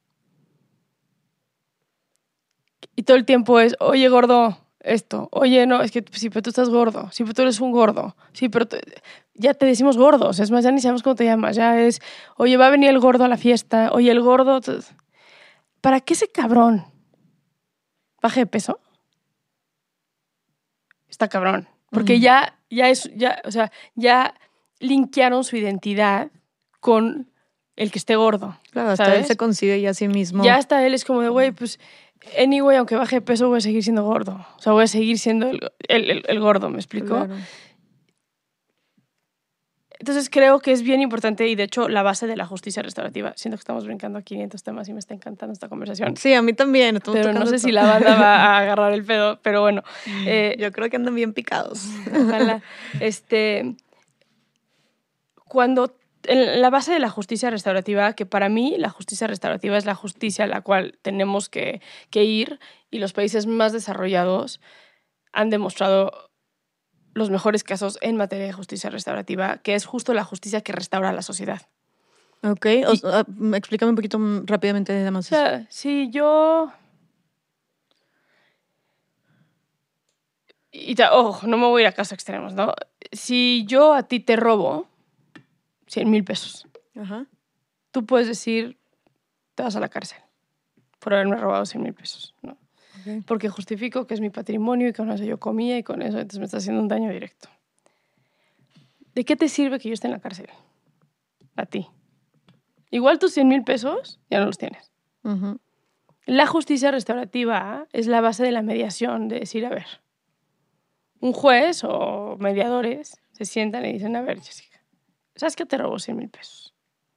y todo el tiempo es, oye, gordo, esto. Oye, no, es que sí, pero tú estás gordo. Sí, pero tú eres un gordo. Sí, pero tú- ya te decimos gordos. Es más, ya ni sabemos cómo te llamas. Ya es, oye, va a venir el gordo a la fiesta. Oye, el gordo... ¿Para qué ese cabrón baje de peso? Está cabrón. Porque Ujú. ya, ya es, ya, o sea, ya linkearon su identidad con el que esté gordo. Claro, hasta ¿sabes? él se concibe ya a sí mismo. Ya hasta él es como de, güey, pues, anyway, aunque baje de peso, voy a seguir siendo gordo. O sea, voy a seguir siendo el, el, el, el gordo, ¿me explico? Claro. Entonces creo que es bien importante y de hecho la base de la justicia restaurativa. Siento que estamos brincando a quinientos temas y me está encantando esta conversación. Sí, a mí también. estamos Pero no tocando sé todo. si la banda va a agarrar el pedo, pero bueno. eh, Yo creo que andan bien picados. Ojalá. Este, cuando en la base de la justicia restaurativa, que para mí la justicia restaurativa es la justicia a la cual tenemos que, que ir y los países más desarrollados han demostrado los mejores casos en materia de justicia restaurativa, que es justo la justicia que restaura a la sociedad. Ok, o sea, explícame un poquito rápidamente nada O más eso. sea, si yo... Y ta- ojo, no me voy a ir a casos extremos, ¿no? Si yo a ti te robo cien mil pesos, Ajá. tú puedes decir, te vas a la cárcel por haberme robado cien mil pesos, ¿no? Ok. Porque justifico que es mi patrimonio y que con eso yo comía y con eso entonces me está haciendo un daño directo. ¿De qué te sirve que yo esté en la cárcel? A ti. Igual tus cien mil pesos ya no los tienes. Ujú. La justicia restaurativa es la base de la mediación, de decir, a ver, un juez o mediadores se sientan y dicen, a ver, Jessica, ¿sabes que te robó cien mil pesos?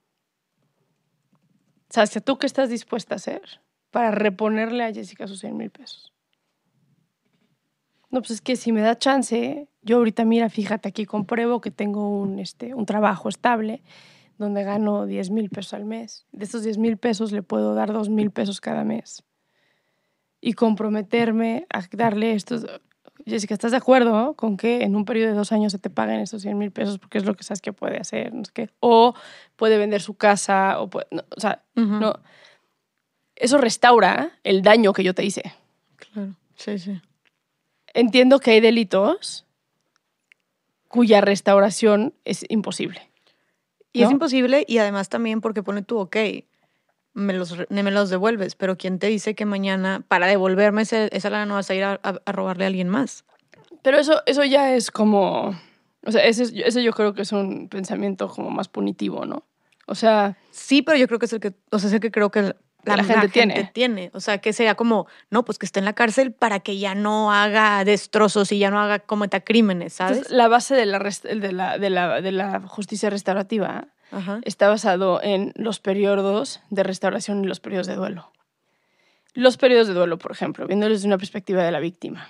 ¿Sabes que tú qué estás dispuesta a hacer para reponerle a Jessica sus cien mil pesos? No, pues es que si me da chance, yo ahorita, mira, fíjate, aquí compruebo que tengo un, este, un trabajo estable donde gano diez mil pesos al mes. De estos diez mil pesos le puedo dar dos mil pesos cada mes. Y comprometerme a darle estos... Jessica, ¿estás de acuerdo con que en un periodo de dos años se te paguen estos cien mil pesos porque es lo que sabes que puede hacer? No sé qué. O puede vender su casa, o, puede, no, o sea, Ujú. no. Eso restaura el daño que yo te hice. Claro, sí, sí. Entiendo que hay delitos cuya restauración es imposible. Y es ¿no? imposible y además también porque pone tú, ok, me los, re- me los devuelves, pero ¿quién te dice que mañana para devolverme ese, esa lana no vas a ir a, a- a robarle a alguien más? Pero eso, eso ya es como... O sea, ese, es- ese yo creo que es un pensamiento como más punitivo, ¿no? O sea, Sí, pero yo creo que es el que, o sea, es el que creo que la, la gente tiene. tiene. O sea, que sea como, no, pues que esté en la cárcel para que ya no haga destrozos y ya no haga, cometa crímenes, ¿sabes? entonces, la base de la, rest- de, la, de, la, de la justicia restaurativa Ajá. está basado en los periodos de restauración y los periodos de duelo. Los periodos de duelo, por ejemplo, viéndolos desde una perspectiva de la víctima.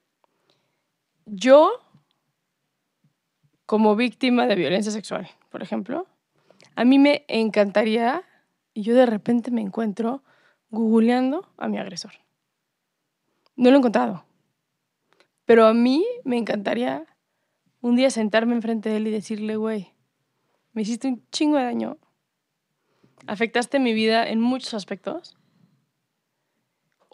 Yo, como víctima de violencia sexual, por ejemplo, a mí me encantaría, y yo de repente me encuentro googleando a mi agresor. No lo he encontrado. Pero a mí me encantaría un día sentarme enfrente de él y decirle, güey, me hiciste un chingo de daño. Afectaste mi vida en muchos aspectos.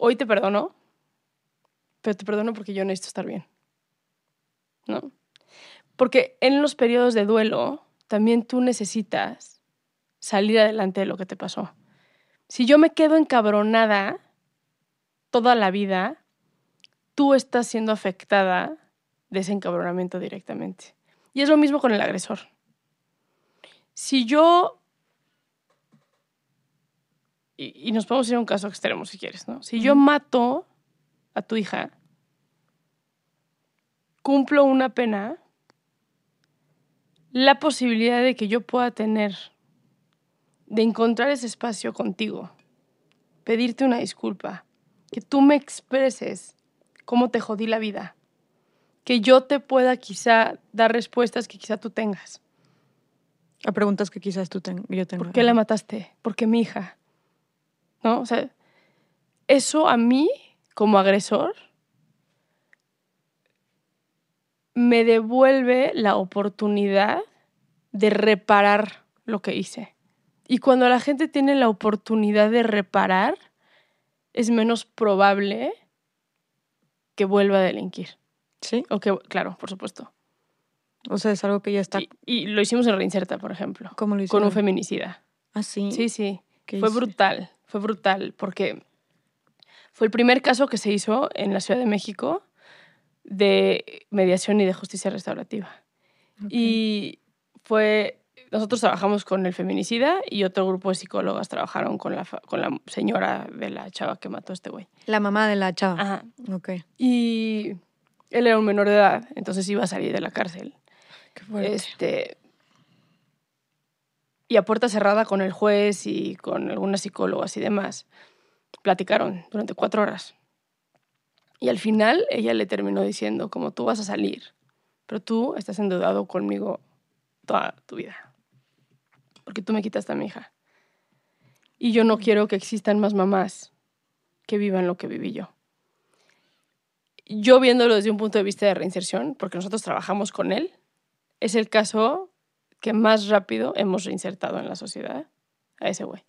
hoy te perdono, pero te perdono porque yo necesito estar bien, ¿no? Porque en los periodos de duelo también tú necesitas salir adelante de lo que te pasó. Si yo me quedo encabronada toda la vida, tú estás siendo afectada de ese encabronamiento directamente. Y es lo mismo con el agresor. Si yo... Y, y nos podemos ir a un caso extremo si quieres, ¿no? Si yo mato a tu hija, cumplo una pena, la posibilidad de que yo pueda tener, de encontrar ese espacio contigo, pedirte una disculpa, que tú me expreses cómo te jodí la vida, que yo te pueda quizá dar respuestas que quizá tú tengas. A preguntas que quizás tú ten- yo tenga. ¿Por qué la mataste? ¿Por qué mi hija? ¿No? O sea, eso a mí, como agresor, me devuelve la oportunidad de reparar lo que hice. Y cuando la gente tiene la oportunidad de reparar, es menos probable que vuelva a delinquir. ¿Sí? O que, claro, por supuesto. O sea, es algo que ya está... Y, y lo hicimos en Reinserta, por ejemplo. ¿Cómo lo hicieron? Con un feminicida. ¿Ah, sí? Sí, sí. ¿Qué Fue hice? brutal. Fue brutal porque fue el primer caso que se hizo en la Ciudad de México de mediación y de justicia restaurativa. Ok. Y fue... Nosotros trabajamos con el feminicida y otro grupo de psicólogas trabajaron con la, fa- con la señora de la chava que mató a este güey. La mamá de la chava. Ajá. Ok. Y él era un menor de edad, entonces iba a salir de la cárcel. Qué fuerte. Este, y a puerta cerrada con el juez y con algunas psicólogas y demás, platicaron durante cuatro horas. Y al final ella le terminó diciendo, como tú vas a salir, pero tú estás endeudado conmigo toda tu vida. Porque tú me quitaste a mi hija. Y yo no quiero que existan más mamás que vivan lo que viví yo. Yo viéndolo desde un punto de vista de reinserción, porque nosotros trabajamos con él, es el caso que más rápido hemos reinsertado en la sociedad a ese güey.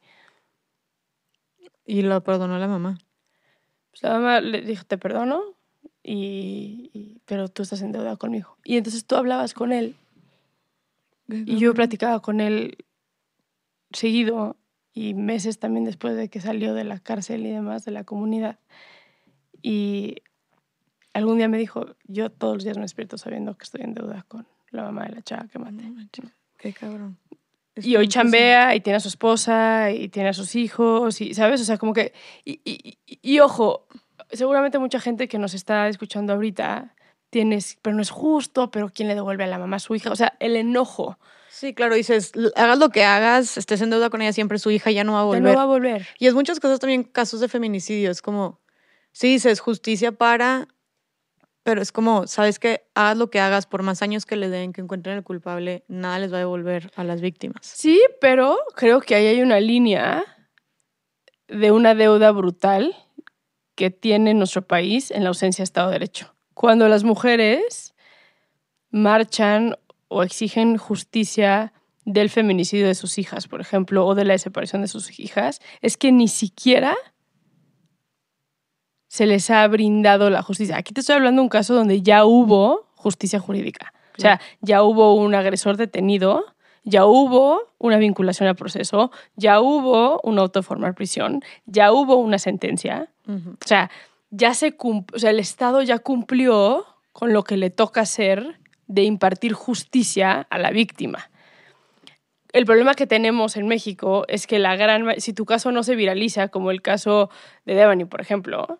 Y lo perdonó la mamá. Pues la mamá le dijo, te perdono, y, y, pero tú estás en deuda conmigo. Y entonces tú hablabas con él, y yo platicaba con él seguido, y meses también después de que salió de la cárcel y demás, de la comunidad. Y algún día me dijo, yo todos los días me despierto sabiendo que estoy en deuda con la mamá de la chava que maté. No, qué cabrón. Es Y hoy muy chambea y tiene a su esposa y tiene a sus hijos, y ¿sabes? O sea, como que... Y, y, y, y ojo, seguramente mucha gente que nos está escuchando ahorita tienes, pero no es justo, pero ¿quién le devuelve a la mamá a su hija? O sea, el enojo. Sí, claro, dices, l- hagas lo que hagas, estés en deuda con ella siempre, su hija ya no va a Ya volver. no va a volver. Y es muchas cosas también, casos de feminicidio, es como, sí dices, justicia para, pero es como, sabes que hagas lo que hagas, por más años que le den, que encuentren el culpable, nada les va a devolver a las víctimas. Sí, pero creo que ahí hay una línea de una deuda brutal que tiene nuestro país en la ausencia de Estado de Derecho. Cuando las mujeres marchan o exigen justicia del feminicidio de sus hijas, por ejemplo, o de la desaparición de sus hijas, es que ni siquiera se les ha brindado la justicia. Aquí te estoy hablando de un caso donde ya hubo justicia jurídica. O sea, ya hubo un agresor detenido, ya hubo una vinculación al proceso, ya hubo un auto de formar prisión, ya hubo una sentencia. Ujú. O sea, ya se cump- o sea, el Estado ya cumplió con lo que le toca hacer de impartir justicia a la víctima. El problema que tenemos en México es que la gran ma- si tu caso no se viraliza, como el caso de Devani, por ejemplo,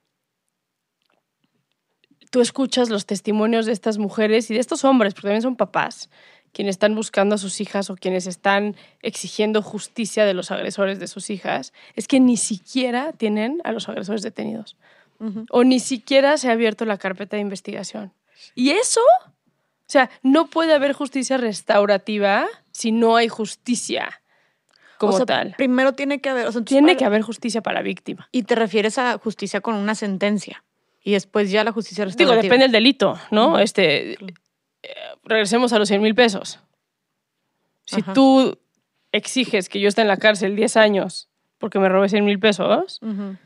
tú escuchas los testimonios de estas mujeres y de estos hombres, porque también son papás, quienes están buscando a sus hijas o quienes están exigiendo justicia de los agresores de sus hijas, es que ni siquiera tienen a los agresores detenidos. Ujú. O ni siquiera se ha abierto la carpeta de investigación. Y eso, o sea, no puede haber justicia restaurativa si no hay justicia como o sea, tal. primero tiene que haber, o sea, entonces Tiene para- que haber justicia para la víctima. Y te refieres a justicia con una sentencia. Y después ya la justicia Digo, restaurativa. depende del delito, ¿no? Ujú. Este, Claro. eh, regresemos a los cien mil pesos. Si Ajá. tú exiges que yo esté en la cárcel diez años porque me robé cien mil pesos, Ujú.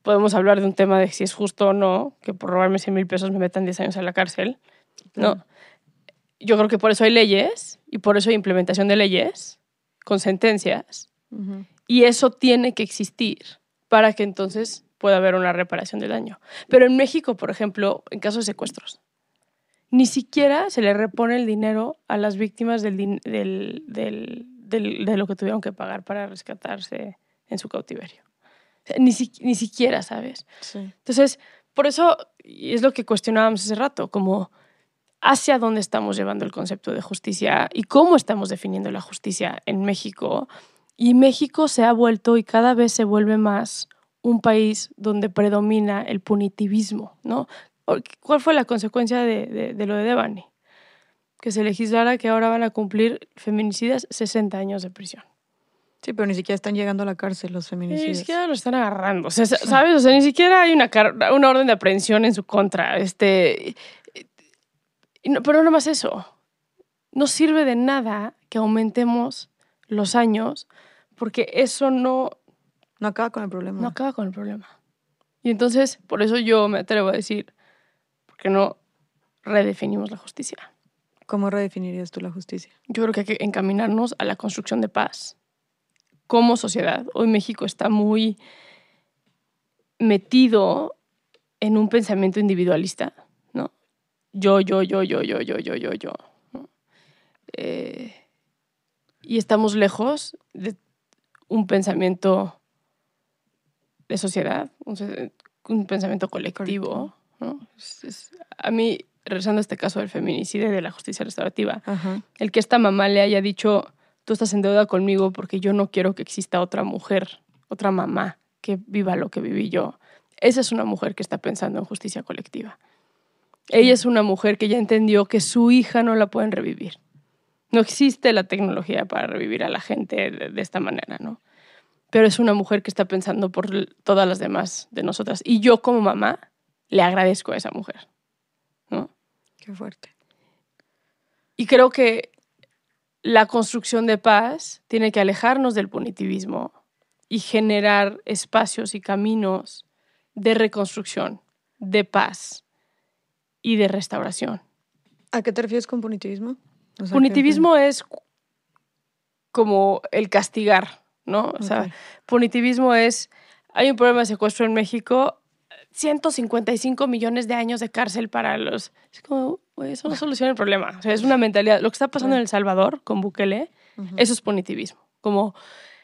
podemos hablar de un tema de si es justo o no, que por robarme cien mil pesos me metan diez años en la cárcel. No. Yo creo que por eso hay leyes y por eso hay implementación de leyes con sentencias. Uh-huh. Y eso tiene que existir para que entonces pueda haber una reparación del daño. Pero en México, por ejemplo, en casos de secuestros, ni siquiera se le repone el dinero a las víctimas del, del, del, del, de lo que tuvieron que pagar para rescatarse en su cautiverio. O sea, ni, si, ni siquiera, ¿sabes? Sí. Entonces, por eso, y es lo que cuestionábamos hace rato, como hacia dónde estamos llevando el concepto de justicia y cómo estamos definiendo la justicia en México. Y México se ha vuelto y cada vez se vuelve más un país donde predomina el punitivismo, ¿no? ¿Cuál fue la consecuencia de, de, de lo de Devani? Que se legislara que ahora van a cumplir feminicidas sesenta años de prisión. Sí, pero ni siquiera están llegando a la cárcel los feminicidas. Ni siquiera lo están agarrando, o sea, ¿sabes? O sea, ni siquiera hay una, una orden de aprehensión en su contra. Este, no, pero no más eso. No sirve de nada que aumentemos los años porque eso no... No acaba con el problema. No acaba con el problema. Y entonces, por eso yo me atrevo a decir, ¿por qué no redefinimos la justicia? ¿Cómo redefinirías tú la justicia? Yo creo que hay que encaminarnos a la construcción de paz. Como sociedad, hoy México está muy metido en un pensamiento individualista, ¿no? Yo, yo, yo, yo, yo, yo, yo, yo, yo. ¿no? Eh, y estamos lejos de un pensamiento de sociedad, un, un pensamiento colectivo, ¿no? Es, es, a mí, regresando a este caso del feminicidio y de la justicia restaurativa, Ajá. el que esta mamá le haya dicho, tú estás en deuda conmigo porque yo no quiero que exista otra mujer, otra mamá que viva lo que viví yo. Esa es una mujer que está pensando en justicia colectiva. Ella es una mujer que ya entendió que su hija no la pueden revivir. No existe la tecnología para revivir a la gente de, de esta manera, ¿no? Pero es una mujer que está pensando por todas las demás de nosotras. Y yo como mamá le agradezco a esa mujer, ¿no? Qué fuerte. Y creo que la construcción de paz tiene que alejarnos del punitivismo y generar espacios y caminos de reconstrucción, de paz y de restauración. ¿A qué te refieres con punitivismo? O sea, punitivismo ¿qué? Es como el castigar, ¿no? O sea, okay. Punitivismo es, hay un problema de secuestro en México, ciento cincuenta y cinco millones de años de cárcel para los... Es como, güey, eso no soluciona el problema. O sea, es una mentalidad. Lo que está pasando sí. en El Salvador con Bukele, uh-huh. eso es punitivismo. Como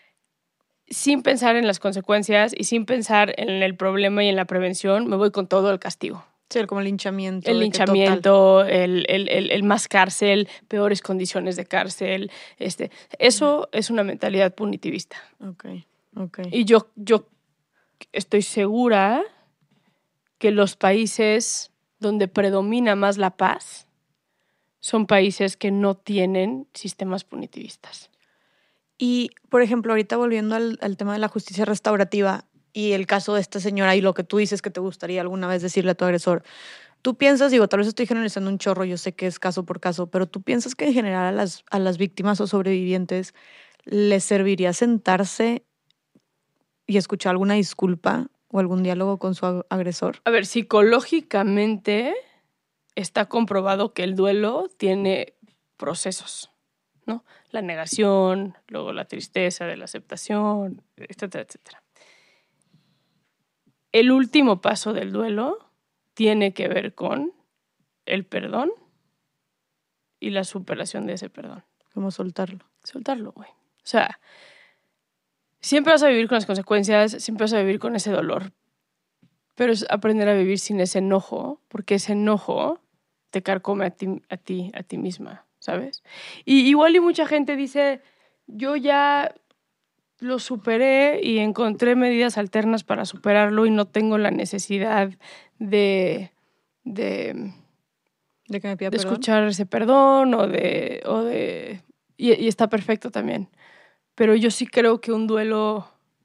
sin pensar en las consecuencias y sin pensar en el problema y en la prevención, me voy con todo el castigo. Sí, como el linchamiento. El linchamiento, el, el, el, el más cárcel, peores condiciones de cárcel. Este, eso uh-huh. es una mentalidad punitivista. Okay, okay. Y yo, yo estoy segura que los países donde predomina más la paz son países que no tienen sistemas punitivistas. Y, por ejemplo, ahorita volviendo al, al tema de la justicia restaurativa y el caso de esta señora y lo que tú dices que te gustaría alguna vez decirle a tu agresor, tú piensas, digo, tal vez estoy generalizando un chorro, yo sé que es caso por caso, pero tú piensas que en general a las, a las víctimas o sobrevivientes les serviría sentarse y escuchar alguna disculpa o algún diálogo con su agresor? A ver, psicológicamente está comprobado que el duelo tiene procesos, ¿no? La negación, luego la tristeza de la aceptación, etcétera, etcétera. El último paso del duelo tiene que ver con el perdón y la superación de ese perdón. ¿Cómo soltarlo? Soltarlo, güey. O sea, siempre vas a vivir con las consecuencias, siempre vas a vivir con ese dolor, pero es aprender a vivir sin ese enojo, porque ese enojo te carcome a ti, a ti, a ti misma, ¿sabes? Y igual y mucha gente dice, yo ya lo superé y encontré medidas alternas para superarlo y no tengo la necesidad de, de, de, que me pida de perdón. escuchar ese perdón o de... O de y, y está perfecto también. Pero yo sí creo que un duelo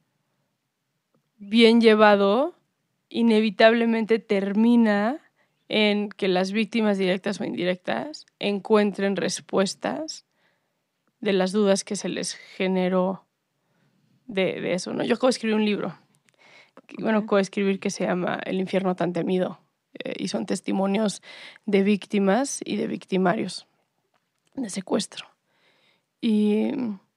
bien llevado inevitablemente termina en que las víctimas directas o indirectas encuentren respuestas de las dudas que se les generó de, de eso, ¿no? Yo acabo de escribir un libro okay. bueno, coescribir, que se llama El infierno tan temido. Eh, y son testimonios de víctimas y de victimarios de secuestro. Y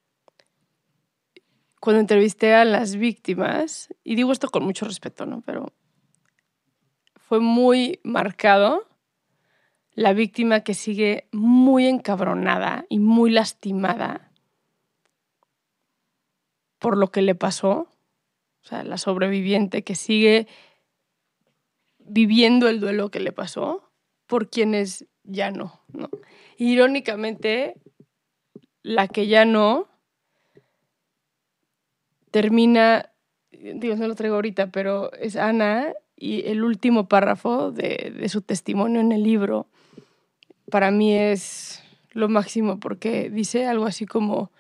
cuando entrevisté a las víctimas, y digo esto con mucho respeto, ¿no? Pero fue muy marcado la víctima que sigue muy encabronada y muy lastimada por lo que le pasó. O sea, la sobreviviente que sigue viviendo el duelo que le pasó por quienes ya no, ¿no? Irónicamente, la que ya no termina, digo, no lo traigo ahorita, pero es Ana, y el último párrafo de, de su testimonio en el libro para mí es lo máximo, porque dice algo así como: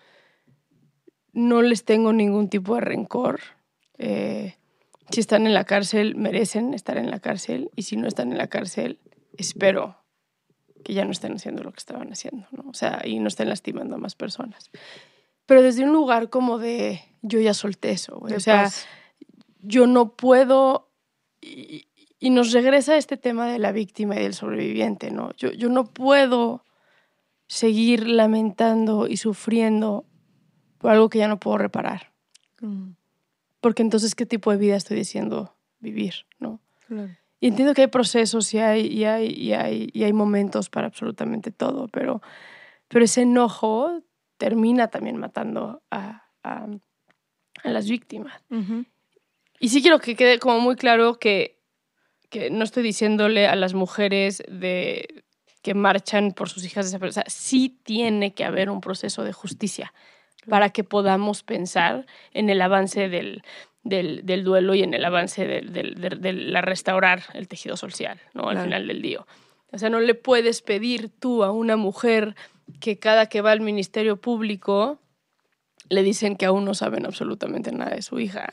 no les tengo ningún tipo de rencor, eh, si están en la cárcel merecen estar en la cárcel, y si no están en la cárcel espero que ya no estén haciendo lo que estaban haciendo, ¿no? O sea, y no estén lastimando a más personas. Pero desde un lugar como de yo ya solté eso, güey. O sea, paz. Yo no puedo, y, y nos regresa este tema de la víctima y del sobreviviente, ¿no? Yo, yo no puedo seguir lamentando y sufriendo por algo que ya no puedo reparar. Mm. Porque entonces, ¿qué tipo de vida estoy diciendo vivir, no? Claro. Y entiendo que hay procesos y hay, y hay, y hay, y hay momentos para absolutamente todo, pero, pero ese enojo termina también matando a, a, a las víctimas. Uh-huh. Y sí quiero que quede como muy claro que, que no estoy diciéndole a las mujeres de, que marchan por sus hijas desaparecidas. O sea, sí tiene que haber un proceso de justicia para que podamos pensar en el avance del, del, del duelo y en el avance de, de, de, de la restaurar el tejido social, ¿no? Al claro. final del día. O sea, no le puedes pedir tú a una mujer que cada que va al Ministerio Público le dicen que aún no saben absolutamente nada de su hija,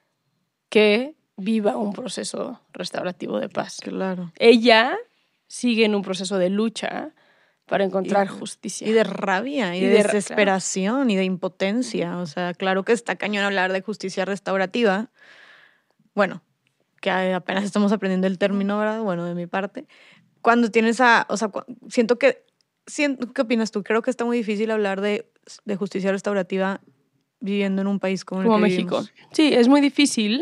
que viva un proceso restaurativo de paz. Claro. Ella sigue en un proceso de lucha para encontrar y, justicia. Y de rabia, y, y de, de desesperación, claro. y de impotencia. O sea, claro que está cañón hablar de justicia restaurativa. Bueno, que apenas estamos aprendiendo el término, ¿verdad? Bueno, de mi parte. Cuando tienes a... O sea, siento que... Siento, ¿qué opinas tú? Creo que está muy difícil hablar de, de justicia restaurativa viviendo en un país como, como el que México. Vivimos. Sí, es muy difícil.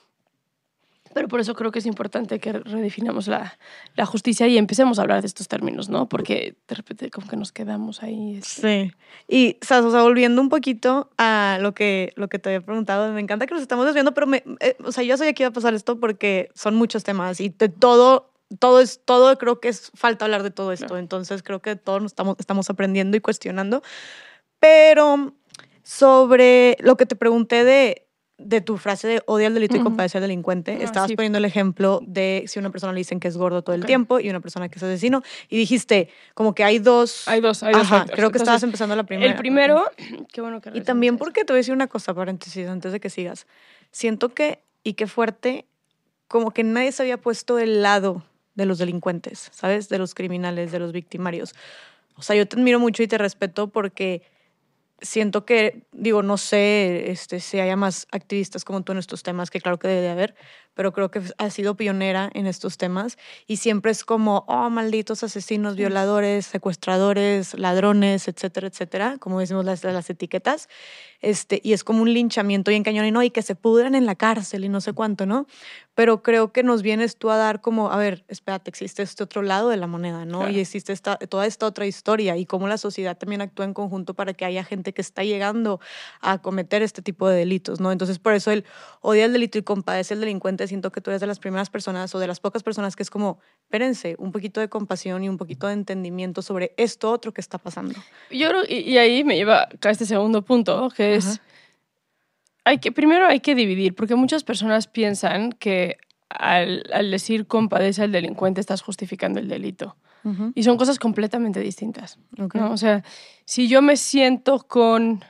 Pero por eso creo que es importante que redefinamos la, la justicia y empecemos a hablar de estos términos, ¿no? Porque de repente como que nos quedamos ahí. Este... Sí. Y, o sea, volviendo un poquito a lo que, lo que te había preguntado, me encanta que nos estamos desviando, pero, me, eh, o sea, yo sabía que iba a pasar esto porque son muchos temas y de todo, todo, es, todo creo que es falta hablar de todo esto. Claro. Entonces creo que todos nos estamos, estamos aprendiendo y cuestionando. Pero sobre lo que te pregunté de... de tu frase de odia al delito uh-huh. y compadece al delincuente, no, estabas sí. poniendo el ejemplo de si a una persona le dicen que es gordo todo el okay. tiempo y una persona que es asesino, y dijiste como que hay dos... Hay dos, hay dos Ajá, factores. creo que Entonces, estabas empezando la primera. El primero, qué bueno que y también porque te voy a decir una cosa, paréntesis, antes de que sigas. Siento que, y qué fuerte, como que nadie se había puesto del lado de los delincuentes, ¿sabes? De los criminales, de los victimarios. O sea, yo te admiro mucho y te respeto porque... siento que, digo, no sé este, si haya más activistas como tú en estos temas, que claro que debe de haber, pero creo que has sido pionera en estos temas y siempre es como, oh, malditos asesinos, violadores, secuestradores, ladrones, etcétera, etcétera, como decimos las, las etiquetas, este, y es como un linchamiento bien cañón y no, y que se pudran en la cárcel y no sé cuánto, ¿no? Pero creo que nos vienes tú a dar como, a ver, espérate, existe este otro lado de la moneda, ¿no? Claro. Y existe esta, toda esta otra historia y cómo la sociedad también actúa en conjunto para que haya gente que está llegando a cometer este tipo de delitos, ¿no? Entonces, por eso el odia el delito y compadece al delincuente, siento que tú eres de las primeras personas o de las pocas personas que es como, espérense, un poquito de compasión y un poquito de entendimiento sobre esto otro que está pasando. Yo creo, y, y ahí me lleva a este segundo punto, que es, Ajá. hay que, primero hay que dividir, porque muchas personas piensan que al, al decir compadece al delincuente estás justificando el delito. Uh-huh. Y son cosas completamente distintas. Okay. ¿No? O sea, si yo me siento con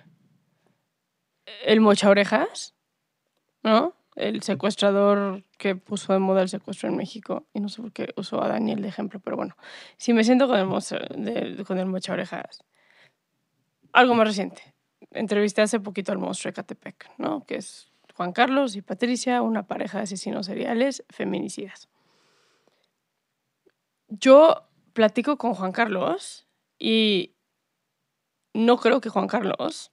el mochaorejas, ¿no? El secuestrador que puso de moda el secuestro en México, y no sé por qué usó a Daniel de ejemplo, pero bueno, si me siento con el, mocha, de, con el mochaorejas, algo más reciente. Entrevisté hace poquito al monstruo de Ecatepec, ¿no? Que es Juan Carlos y Patricia, una pareja de asesinos seriales, feminicidas. Yo platico con Juan Carlos y no creo que Juan Carlos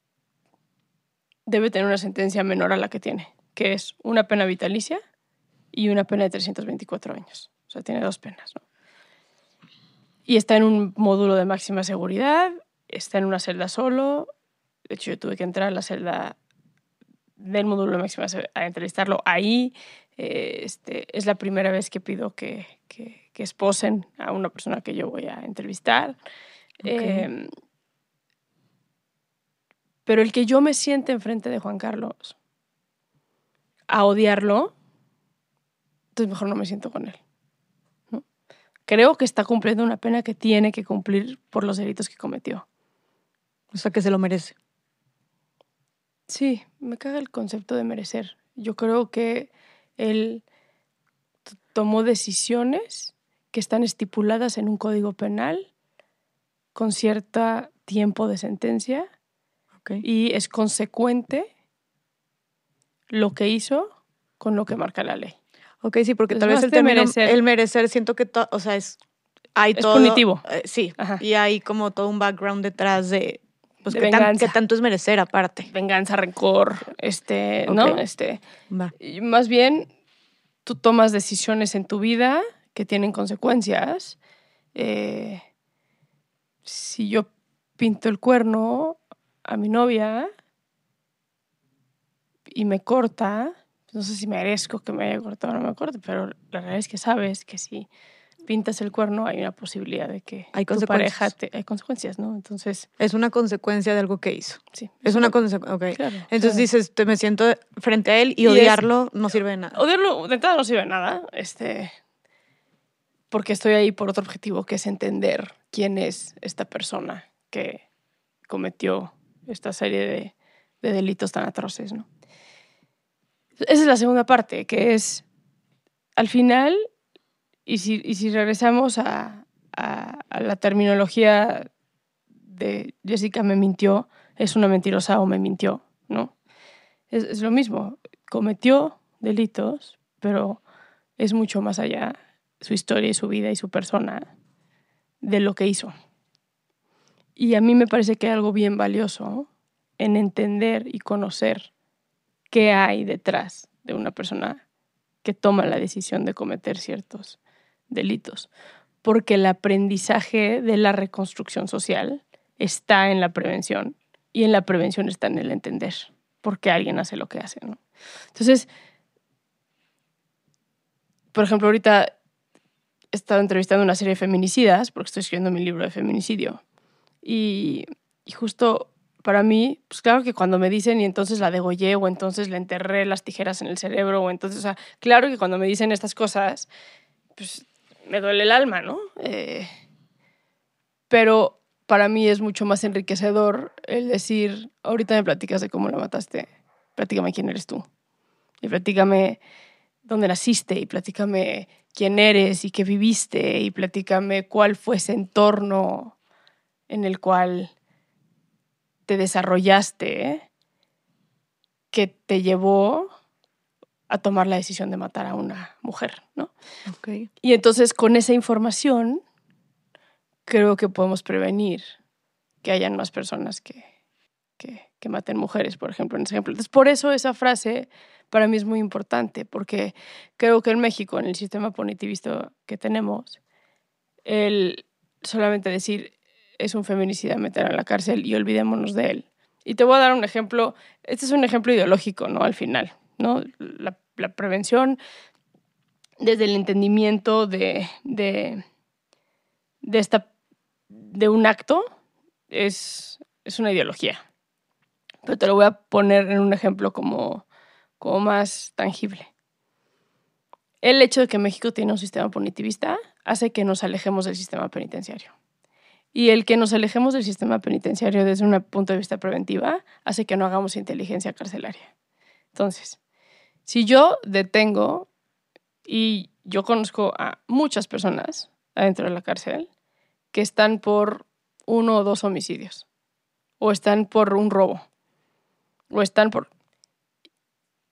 debe tener una sentencia menor a la que tiene, que es una pena vitalicia y una pena de trescientos veinticuatro años. O sea, tiene dos penas, ¿no? Y está en un módulo de máxima seguridad, está en una celda solo. De hecho, yo tuve que entrar a la celda del módulo de máxima seguridad a entrevistarlo ahí. Eh, este, es la primera vez que pido que, que, que esposen a una persona que yo voy a entrevistar. Okay. Eh, pero el que yo me siente enfrente de Juan Carlos a odiarlo, entonces mejor no me siento con él. ¿No? Creo que está cumpliendo una pena que tiene que cumplir por los delitos que cometió. O sea, que se lo merece. Sí, me caga el concepto de merecer. Yo creo que él t- tomó decisiones que están estipuladas en un código penal con cierto tiempo de sentencia. Okay. Y es consecuente lo que hizo con lo que marca la ley. Ok, sí, porque Es tal vez más el de término, merecer. el merecer, siento que, to- o sea, es, hay Es todo. punitivo. eh, sí, Ajá. y hay como todo un background detrás de, pues, De qué, tan- venganza. qué tanto es merecer aparte. Venganza, rencor, este, Ok. ¿no? Este, Va. y más bien, tú tomas decisiones en tu vida que tienen consecuencias. Eh, si yo pinto el cuerno a mi novia y me corta, no sé si merezco que me haya cortado o no me corte, pero la realidad es que sabes que si pintas el cuerno hay una posibilidad de que Hay tu consecuencias. pareja te, hay consecuencias, ¿no? Entonces, Es una consecuencia de algo que hizo. sí. Es una consecuencia. Ok. Claro, Entonces o sea, dices, te, me siento frente a él y, Y es- odiarlo no sirve de nada. odiarlo de entrada no sirve de nada, este, porque estoy ahí por otro objetivo, que es entender quién es esta persona que cometió esta serie de, de delitos tan atroces, ¿no? Esa es la segunda parte, que es, al final, y si, y si regresamos a, a, a la terminología de Jessica me mintió, es una mentirosa o me mintió, ¿no? Es, es lo mismo, cometió delitos, pero es mucho más allá su historia y su vida y su persona de lo que hizo. Y a mí me parece que hay algo bien valioso en entender y conocer qué hay detrás de una persona que toma la decisión de cometer ciertos delitos. Porque el aprendizaje de la reconstrucción social está en la prevención y en la prevención está en el entender por qué alguien hace lo que hace, ¿no? Entonces, por ejemplo, ahorita he estado entrevistando una serie de feminicidas porque estoy escribiendo mi libro de feminicidio. Y, y justo para mí, pues claro que cuando me dicen y entonces la degollé o entonces le enterré las tijeras en el cerebro o entonces, o sea, claro que cuando me dicen estas cosas, pues me duele el alma, ¿no? Eh, pero para mí es mucho más enriquecedor el decir, ahorita me platicas de cómo la mataste, platícame quién eres tú. Y platícame dónde naciste y platícame quién eres y qué viviste y platícame cuál fue ese entorno en el cual te desarrollaste, ¿eh? Que te llevó a tomar la decisión de matar a una mujer, ¿no? Okay. Y entonces con esa información creo que podemos prevenir que hayan más personas que, que, que maten mujeres, por ejemplo, en ese ejemplo. Entonces, por eso esa frase para mí es muy importante, porque creo que en México, en el sistema punitivista que tenemos, el solamente decir es un feminicida, meter a la cárcel y olvidémonos de él. Y te voy a dar un ejemplo, este es un ejemplo ideológico, ¿no? Al final, ¿no? La, la prevención desde el entendimiento de, de, de, esta, de un acto es, es una ideología. Pero te lo voy a poner en un ejemplo como, como más tangible. El hecho de que México tiene un sistema punitivista hace que nos alejemos del sistema penitenciario. Y el que nos alejemos del sistema penitenciario desde un punto de vista preventiva hace que no hagamos inteligencia carcelaria. Entonces, si yo detengo, y yo conozco a muchas personas adentro de la cárcel que están por uno o dos homicidios, o están por un robo, o están por...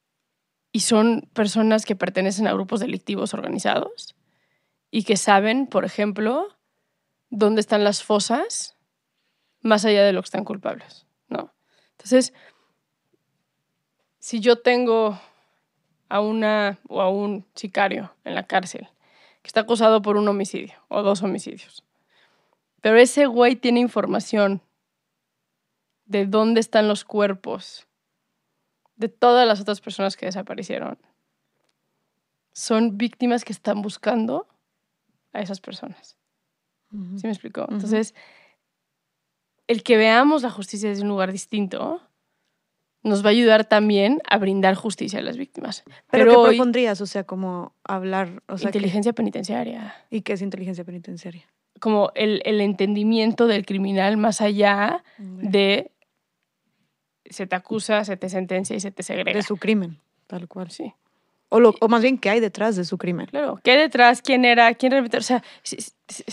y son personas que pertenecen a grupos delictivos organizados y que saben, por ejemplo, dónde están las fosas más allá de lo que están culpables, ¿no? Entonces, si yo tengo a una o a un sicario en la cárcel que está acusado por un homicidio o dos homicidios, pero ese güey tiene información de dónde están los cuerpos de todas las otras personas que desaparecieron, son víctimas que están buscando a esas personas. Uh-huh. ¿Sí me explicó? Uh-huh. Entonces, el que veamos la justicia desde un lugar distinto nos va a ayudar también a brindar justicia a las víctimas. ¿Pero, ¿Pero qué hoy, propondrías? O sea, como hablar... O sea, inteligencia ¿qué? penitenciaria. ¿Y qué es inteligencia penitenciaria? Como el, el entendimiento del criminal más allá uh-huh. de se te acusa, se te sentencia y se te segrega. De su crimen, tal cual. Sí. O, lo, o más bien, ¿qué hay detrás de su crimen? Claro, ¿qué hay detrás? ¿Quién era? ¿Quién repitió? O sea, es, es,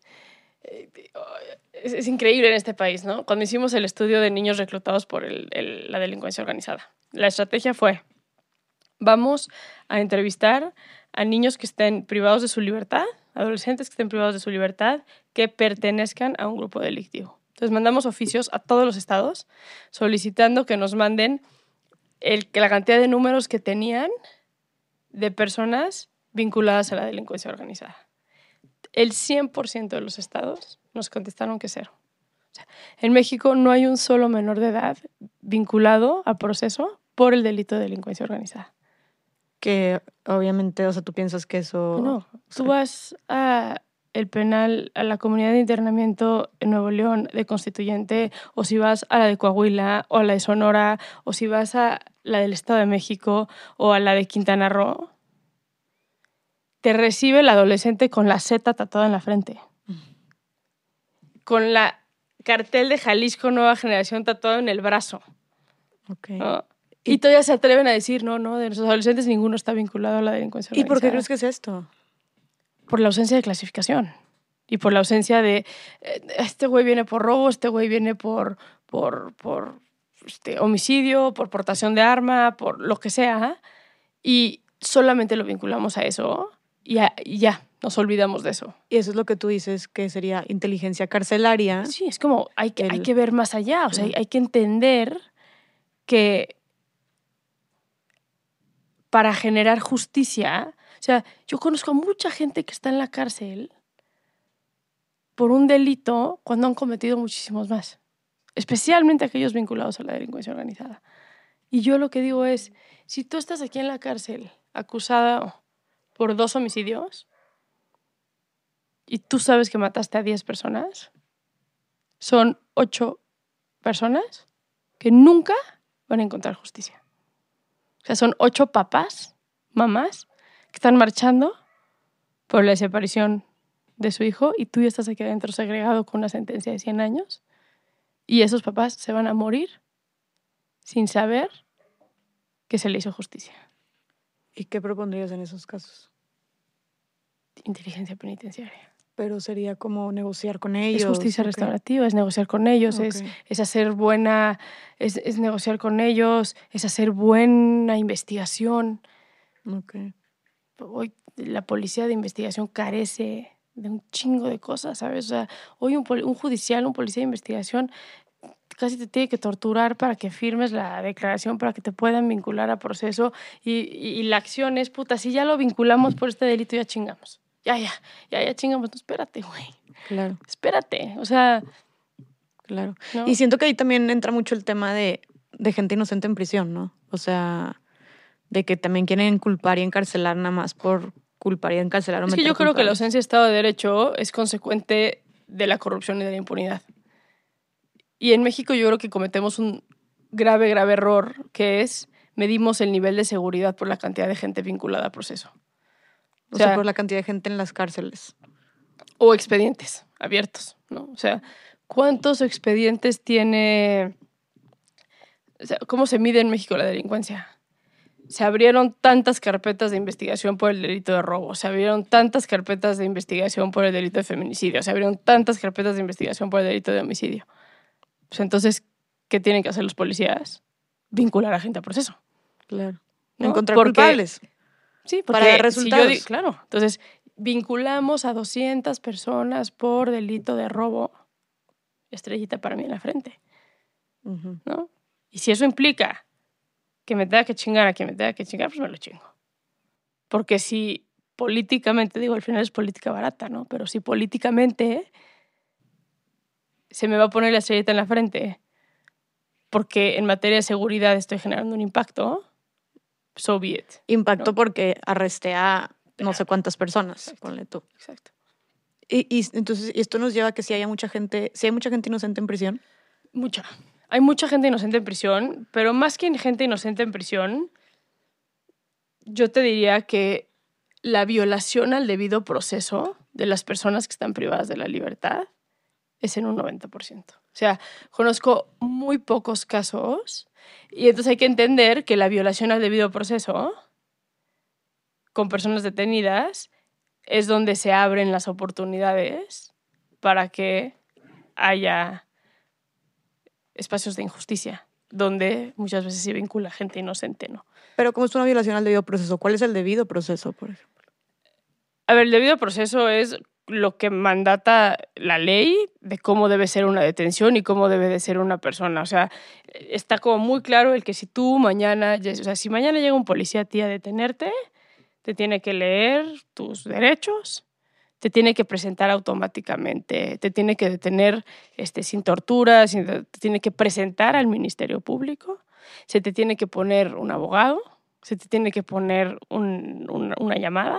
es, es increíble en este país, ¿no? Cuando hicimos el estudio de niños reclutados por el, el, la delincuencia organizada, la estrategia fue, vamos a entrevistar a niños que estén privados de su libertad, adolescentes que estén privados de su libertad, que pertenezcan a un grupo delictivo. Entonces mandamos oficios a todos los estados solicitando que nos manden el, la cantidad de números que tenían de personas vinculadas a la delincuencia organizada. El cien por ciento de los estados nos contestaron que cero. O sea, en México no hay un solo menor de edad vinculado al proceso por el delito de delincuencia organizada. Que obviamente, o sea, tú piensas que eso... No, tú vas a el penal, a la comunidad de internamiento en Nuevo León de Constituyente, o si vas a la de Coahuila, o a la de Sonora, o si vas a la del Estado de México, o a la de Quintana Roo, te recibe el adolescente con la Z tatuada en la frente. Con la cartel de Jalisco Nueva Generación tatuado en el brazo. Okay. ¿No? Y, y todavía se atreven a decir, no, no, de nuestros adolescentes ninguno está vinculado a la delincuencia organizada. ¿Y por qué crees que es esto? Por la ausencia de clasificación. Y por la ausencia de, eh, este güey viene por robo, este güey viene por, por, por este, homicidio, por portación de arma, por lo que sea. Y solamente lo vinculamos a eso y, a, y ya, nos olvidamos de eso. Y eso es lo que tú dices que sería inteligencia carcelaria. Sí, es como hay que, el... hay que ver más allá. O sea, hay, hay que entender que para generar justicia... O sea, yo conozco a mucha gente que está en la cárcel por un delito cuando han cometido muchísimos más, especialmente aquellos vinculados a la delincuencia organizada. Y yo lo que digo es, si tú estás aquí en la cárcel acusada por dos homicidios y tú sabes que mataste a diez personas, son ocho personas que nunca van a encontrar justicia. O sea, son ocho papás, mamás, que están marchando por la desaparición de su hijo y tú ya estás aquí adentro segregado con una sentencia de cien años y esos papás se van a morir sin saber que se le hizo justicia. ¿Y qué propondrías en esos casos? Inteligencia penitenciaria. Pero sería como negociar con ellos. Es justicia okay. restaurativa, es negociar con ellos, okay. es, es hacer buena, es, es negociar con ellos, es hacer buena investigación. Okay. Hoy la policía de investigación carece de un chingo de cosas, ¿sabes? O sea, hoy un, un judicial, un policía de investigación casi te tiene que torturar para que firmes la declaración, para que te puedan vincular a proceso y, y, y la acción es, puta, si ya lo vinculamos por este delito ya chingamos. Ya, ya, ya, ya chingamos. No, espérate, güey. Claro. Espérate, o sea... Claro. ¿No? Y siento que ahí también entra mucho el tema de, de gente inocente en prisión, ¿no? O sea... de que también quieren culpar y encarcelar nada más por culpar y encarcelar o es meter que yo creo culpables. que la ausencia de Estado de Derecho es consecuente de la corrupción y de la impunidad. Y en México yo creo que cometemos un grave, grave error, que es medimos el nivel de seguridad por la cantidad de gente vinculada al proceso. O, o sea, sea, por la cantidad de gente en las cárceles. O expedientes abiertos, ¿no? O sea, ¿cuántos expedientes tiene... O sea, ¿cómo se mide en México la delincuencia? Se abrieron tantas carpetas de investigación por el delito de robo, se abrieron tantas carpetas de investigación por el delito de feminicidio, se abrieron tantas carpetas de investigación por el delito de homicidio. Pues entonces, ¿qué tienen que hacer los policías? Vincular a gente a proceso. Claro. ¿no? Encontrar porque, culpables. Sí, porque para dar resultados. Si yo, claro, entonces vinculamos a doscientas personas por delito de robo, estrellita para mí en la frente, uh-huh. ¿no? Y si eso implica que me tenga que chingar a quien me tenga que chingar, pues me lo chingo. Porque si políticamente, digo, al final es política barata, ¿no? Pero si políticamente se me va a poner la estrellita en la frente porque en materia de seguridad estoy generando un impacto, so be it. Impacto, ¿no? Porque arresté a no sé cuántas personas, exacto, ponle tú. Exacto. Y, y entonces esto nos lleva a que si haya mucha gente, si hay mucha gente inocente en prisión. Mucha. Hay mucha gente inocente en prisión, pero más que gente inocente en prisión, yo te diría que la violación al debido proceso de las personas que están privadas de la libertad es en un noventa por ciento. O sea, conozco muy pocos casos y entonces hay que entender que la violación al debido proceso con personas detenidas es donde se abren las oportunidades para que haya espacios de injusticia, donde muchas veces se vincula gente inocente, ¿no? Pero ¿cómo es una violación al debido proceso? ¿Cuál es el debido proceso, por ejemplo? A ver, el debido proceso es lo que mandata la ley de cómo debe ser una detención y cómo debe de ser una persona. O sea, está como muy claro el que si tú mañana, o sea, si mañana llega un policía a ti a detenerte, te tiene que leer tus derechos, te tiene que presentar automáticamente, te tiene que detener este, sin torturas, te tiene que presentar al Ministerio Público, se te tiene que poner un abogado, se te tiene que poner un, un, una llamada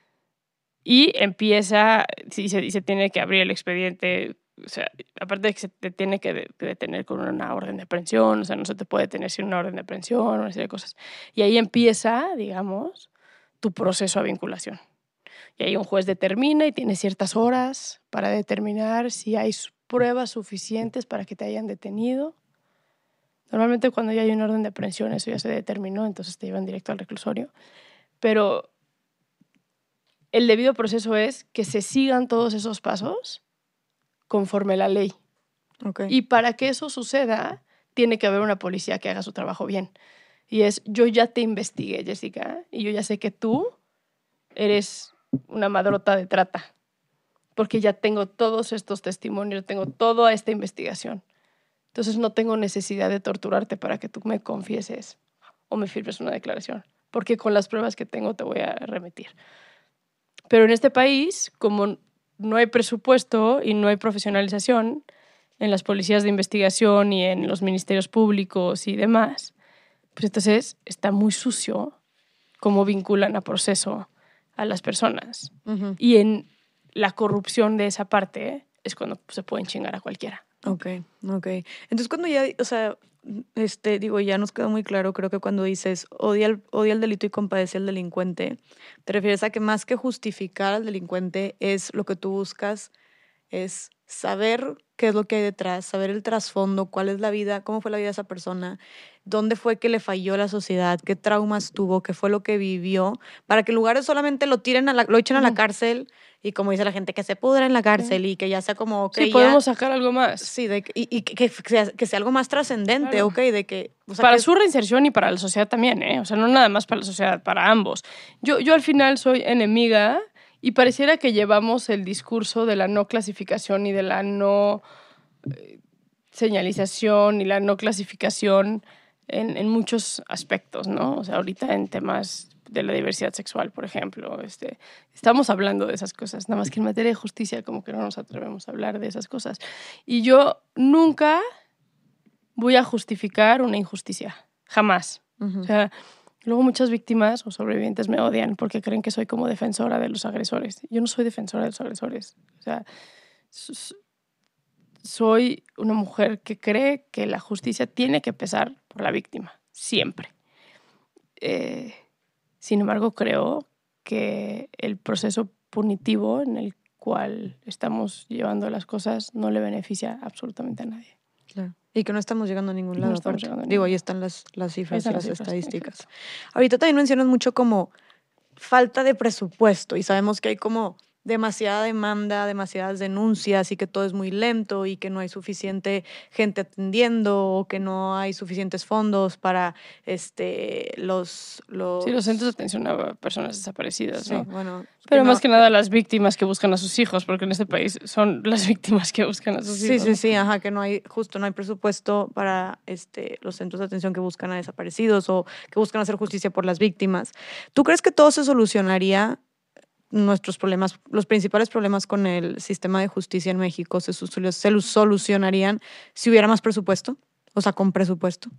y empieza, y se, y se tiene que abrir el expediente. O sea, aparte de que se te tiene que detener con una orden de aprehensión, o sea, no se te puede detener sin una orden de aprehensión, una serie de cosas. Y ahí empieza, digamos, tu proceso a vinculación. Y ahí un juez determina y tiene ciertas horas para determinar si hay pruebas suficientes para que te hayan detenido. Normalmente cuando ya hay una orden de aprehensión eso ya se determinó, entonces te llevan directo al reclusorio. Pero el debido proceso es que se sigan todos esos pasos conforme la ley. Okay. Y para que eso suceda, tiene que haber una policía que haga su trabajo bien. Y es, yo ya te investigué, Jessica, y yo ya sé que tú eres una madrota de trata, porque ya tengo todos estos testimonios, tengo toda esta investigación. Entonces no tengo necesidad de torturarte para que tú me confieses o me firmes una declaración, porque con las pruebas que tengo te voy a remitir. Pero en este país, como no hay presupuesto y no hay profesionalización en las policías de investigación y en los ministerios públicos y demás, pues entonces está muy sucio cómo vinculan a proceso a las personas. Uh-huh. Y en la corrupción de esa parte es cuando se pueden chingar a cualquiera. Ok, ok. Entonces cuando ya, o sea, este, digo, ya nos quedó muy claro, creo que cuando dices odia el, odia el delito y compadece al delincuente, te refieres a que más que justificar al delincuente es lo que tú buscas, es saber qué es lo que hay detrás, saber el trasfondo, cuál es la vida, cómo fue la vida de esa persona, dónde fue que le falló la sociedad, qué traumas tuvo, qué fue lo que vivió, para que en lugar de solamente lo tiren a la, lo echen uh-huh. a la cárcel y como dice la gente, que se pudra en la cárcel sí. y que ya sea como, ok, sí, podemos ya, sacar algo más. Sí, de, y, y que, que, sea, que sea algo más trascendente, claro. ok, de que... O sea, para que su reinserción y para la sociedad también, ¿eh? O sea, no nada más para la sociedad, para ambos. Yo, yo al final soy enemiga y pareciera que llevamos el discurso de la no clasificación y de la no eh, señalización y la no clasificación en, en muchos aspectos, ¿no? O sea, ahorita en temas de la diversidad sexual, por ejemplo, este, estamos hablando de esas cosas, nada más que en materia de justicia como que no nos atrevemos a hablar de esas cosas. Y yo nunca voy a justificar una injusticia, jamás. Uh-huh. O sea, luego muchas víctimas o sobrevivientes me odian porque creen que soy como defensora de los agresores. Yo no soy defensora de los agresores. O sea, soy una mujer que cree que la justicia tiene que empezar por la víctima, siempre. Eh, sin embargo, creo que el proceso punitivo en el cual estamos llevando las cosas no le beneficia absolutamente a nadie. Claro. Y que no estamos llegando a ningún lado. No estamos llegando a ningún Digo, ahí están las, las cifras y las, las cifras, estadísticas. Exacto. Ahorita también mencionas mucho como falta de presupuesto y sabemos que hay como demasiada demanda, demasiadas denuncias y que todo es muy lento y que no hay suficiente gente atendiendo o que no hay suficientes fondos para este los los Sí, los centros de atención a personas desaparecidas, sí, ¿no? bueno, Pero que más no- que nada las víctimas que buscan a sus hijos, porque en este país son las víctimas que buscan a sus Sí, hijos. sí, ¿no? sí, ajá, que no hay, justo no hay presupuesto para este, los centros de atención que buscan a desaparecidos o que buscan hacer justicia por las víctimas. ¿Tú crees que todo se solucionaría, nuestros problemas, los principales problemas con el sistema de justicia en México se, su- se los solucionarían si hubiera más presupuesto? O sea, con presupuesto.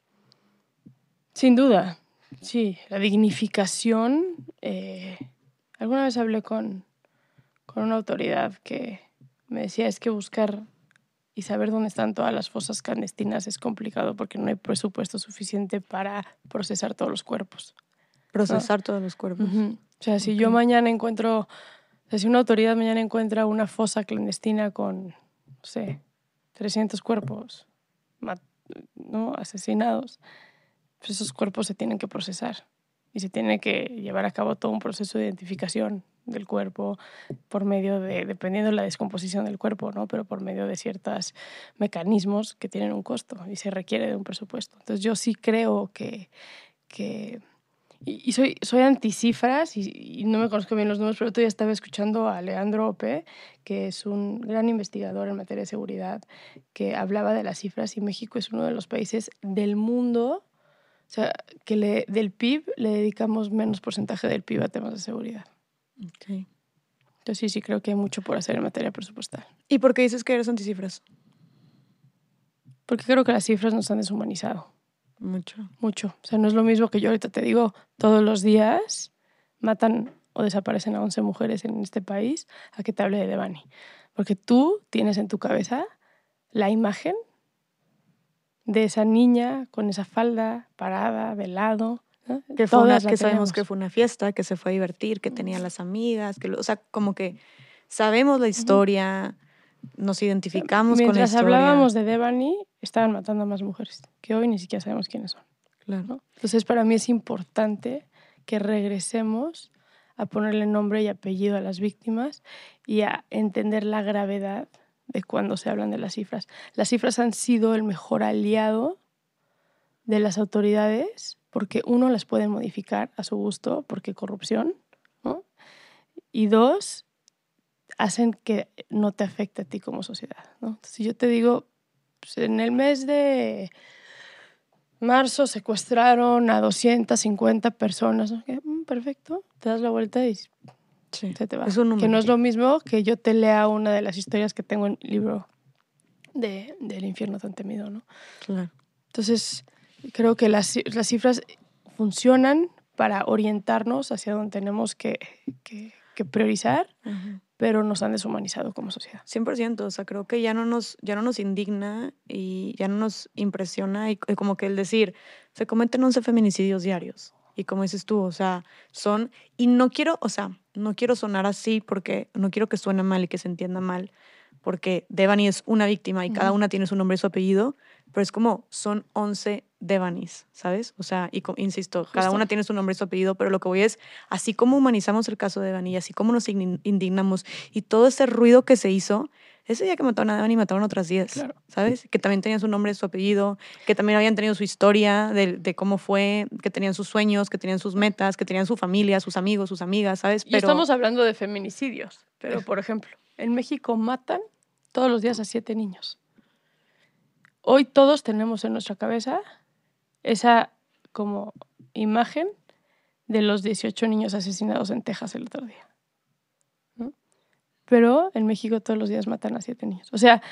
Sin duda, sí. La dignificación. eh, alguna vez hablé con, con una autoridad que me decía es que buscar y saber dónde están todas las fosas clandestinas es complicado porque no hay presupuesto suficiente para procesar todos los cuerpos. Procesar todos los cuerpos. Ujú. O sea, si Ok. yo mañana encuentro, o sea, si una autoridad mañana encuentra una fosa clandestina con, no sé, trescientos cuerpos, ma- ¿no? asesinados, pues esos cuerpos se tienen que procesar y se tiene que llevar a cabo todo un proceso de identificación del cuerpo por medio de, dependiendo de la descomposición del cuerpo, ¿no? Pero por medio de ciertos mecanismos que tienen un costo y se requiere de un presupuesto. Entonces yo sí creo que, que y, y soy, soy anticifras y, y no me conozco bien los números, pero otro día estaba escuchando a Leandro Ope, que es un gran investigador en materia de seguridad, que hablaba de las cifras y México es uno de los países del mundo, o sea, que le, del P I B le dedicamos menos porcentaje del P I B a temas de seguridad. Ok. Entonces sí, sí creo que hay mucho por hacer en materia presupuestal. ¿Y por qué dices que eres anticifras? Porque creo que las cifras nos han deshumanizado. Mucho. Mucho. O sea, no es lo mismo que yo ahorita te digo, todos los días matan o desaparecen a once mujeres en este país, a que te hable de Devani. Porque tú tienes en tu cabeza la imagen de esa niña con esa falda parada de lado. ¿no? Que, fue una, Todas la que sabemos tenemos. que fue una fiesta, que se fue a divertir, que tenía las amigas, que, lo- o sea, como que sabemos la historia, nos identificamos con la Mientras historia. hablábamos de Devani, estaban matando a más mujeres, que hoy ni siquiera sabemos quiénes son. Claro. ¿no? Entonces, para mí es importante que regresemos a ponerle nombre y apellido a las víctimas y a entender la gravedad de cuando se hablan de las cifras. Las cifras han sido el mejor aliado de las autoridades porque, uno, las pueden modificar a su gusto porque corrupción, ¿no? Y dos, hacen que no te afecte a ti como sociedad, ¿no? Entonces, si yo te digo, pues, en el mes de marzo secuestraron a doscientas cincuenta personas, ¿no? Mm, perfecto, te das la vuelta y Sí. se te va. Es un número. Que no es lo mismo que yo te lea una de las historias que tengo en el libro de, del infierno tan temido, ¿no? Claro. Entonces, creo que las, las cifras funcionan para orientarnos hacia donde tenemos que, que, que priorizar, Ajá. pero nos han deshumanizado como sociedad. cien por ciento, o sea, creo que ya no nos, ya no nos indigna y ya no nos impresiona y, y como que el decir, se cometen once feminicidios diarios. Y como dices tú, o sea, son, y no quiero, o sea, no quiero sonar así porque no quiero que suene mal y que se entienda mal, porque Devani es una víctima y Ujú. cada una tiene su nombre y su apellido, pero es como son once Devanis, ¿sabes? O sea, y co- insisto, cada Justo. una tiene su nombre y su apellido, pero lo que voy es, así como humanizamos el caso de Devani y así como nos igni- indignamos y todo ese ruido que se hizo, ese día que mataron a Devani mataron otras diez, Claro. ¿sabes? Que también tenían su nombre y su apellido, que también habían tenido su historia de, de cómo fue, que tenían sus sueños, que tenían sus metas, que tenían su familia, sus amigos, sus amigas, ¿sabes? Y estamos hablando de feminicidios, pero por ejemplo, en México matan todos los días a siete niños. Hoy todos tenemos en nuestra cabeza esa como imagen de los dieciocho niños asesinados en Texas el otro día. ¿no? Pero en México todos los días matan a siete niños. O sea,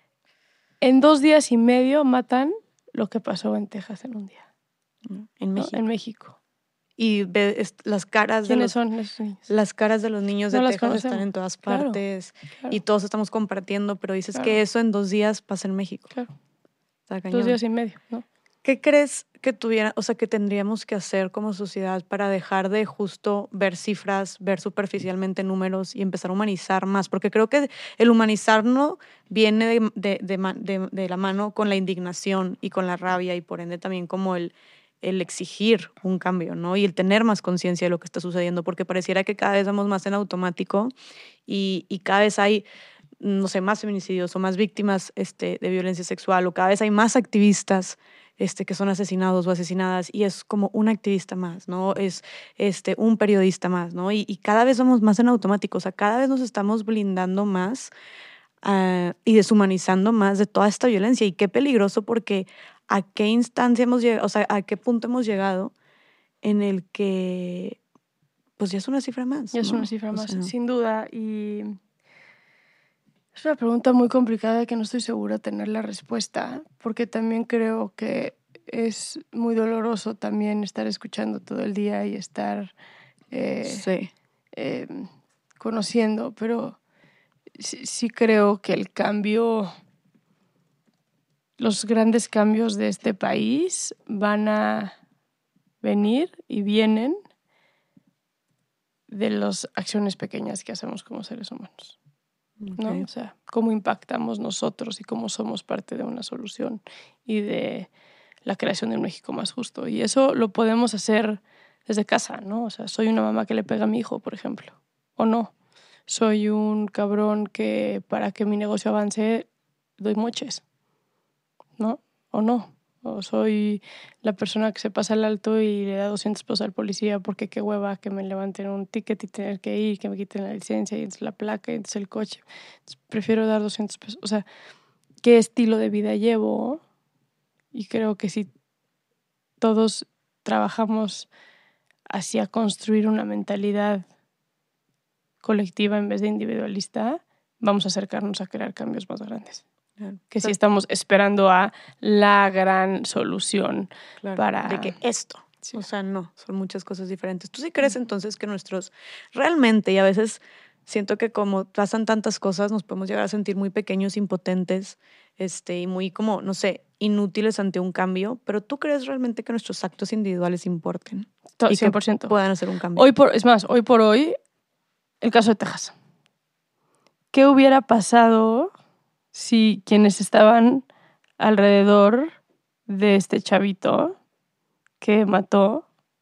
en dos días y medio matan lo que pasó en Texas en un día. en ¿no? México. En México. Y ve est- las caras de ¿Quiénes los son esos niños? las caras de los niños No de las Texas están conocemos. en todas Claro, partes claro. y todos estamos compartiendo, pero dices Claro. que eso en dos días pasa en México. Claro. Está cañón. Dos días y medio, ¿no? ¿Qué crees que tuviera, o sea, que tendríamos que hacer como sociedad para dejar de justo ver cifras, ver superficialmente números y empezar a humanizar más? Porque creo que el humanizarnos viene de, de, de, ma- de- de la mano con la indignación y con la rabia y por ende también como el, el exigir un cambio, ¿no? Y el tener más conciencia de lo que está sucediendo, porque pareciera que cada vez vamos más en automático y, y cada vez hay, no sé, más feminicidios o más víctimas este, de violencia sexual, o cada vez hay más activistas este, que son asesinados o asesinadas, y es como un activista más, ¿no? Es este, un periodista más, ¿no? Y, y cada vez vamos más en automático, o sea, cada vez nos estamos blindando más uh, y deshumanizando más de toda esta violencia. Y qué peligroso, porque a qué instancia hemos llegado, o sea, a qué punto hemos llegado en el que, pues ya es una cifra más. Ya es ¿no? una cifra o más, sea, sin duda. Y es una pregunta muy complicada que no estoy segura de tener la respuesta, porque también creo que es muy doloroso también estar escuchando todo el día y estar eh, sí. eh, conociendo, pero sí, sí creo que el cambio, los grandes cambios de este país van a venir y vienen de las acciones pequeñas que hacemos como seres humanos. ¿No? Okay. O sea, cómo impactamos nosotros y cómo somos parte de una solución y de la creación de un México más justo. Y eso lo podemos hacer desde casa, ¿no? O sea, soy una mamá que le pega a mi hijo, por ejemplo, o no. Soy un cabrón que para que mi negocio avance doy moches, ¿no? O no. O soy la persona que se pasa el alto y le da doscientos pesos al policía porque qué hueva que me levanten un ticket y tener que ir, que me quiten la licencia y entonces la placa y entonces el coche. Entonces, prefiero dar doscientos pesos. O sea, ¿qué estilo de vida llevo? Y creo que si todos trabajamos hacia construir una mentalidad colectiva en vez de individualista, vamos a acercarnos a crear cambios más grandes. Claro. Que si estamos esperando a la gran solución Claro, para... de que esto, sí. O sea, no, son muchas cosas diferentes. ¿Tú sí crees entonces que nuestros, realmente, y a veces siento que como pasan tantas cosas, nos podemos llegar a sentir muy pequeños, impotentes, este, y muy como, no sé, inútiles ante un cambio, pero ¿tú crees realmente que nuestros actos individuales importen? To- Y cien por ciento. que puedan hacer un cambio. Hoy por, es más, hoy por hoy, el caso de Texas. ¿Qué hubiera pasado si quienes estaban alrededor de este chavito que mató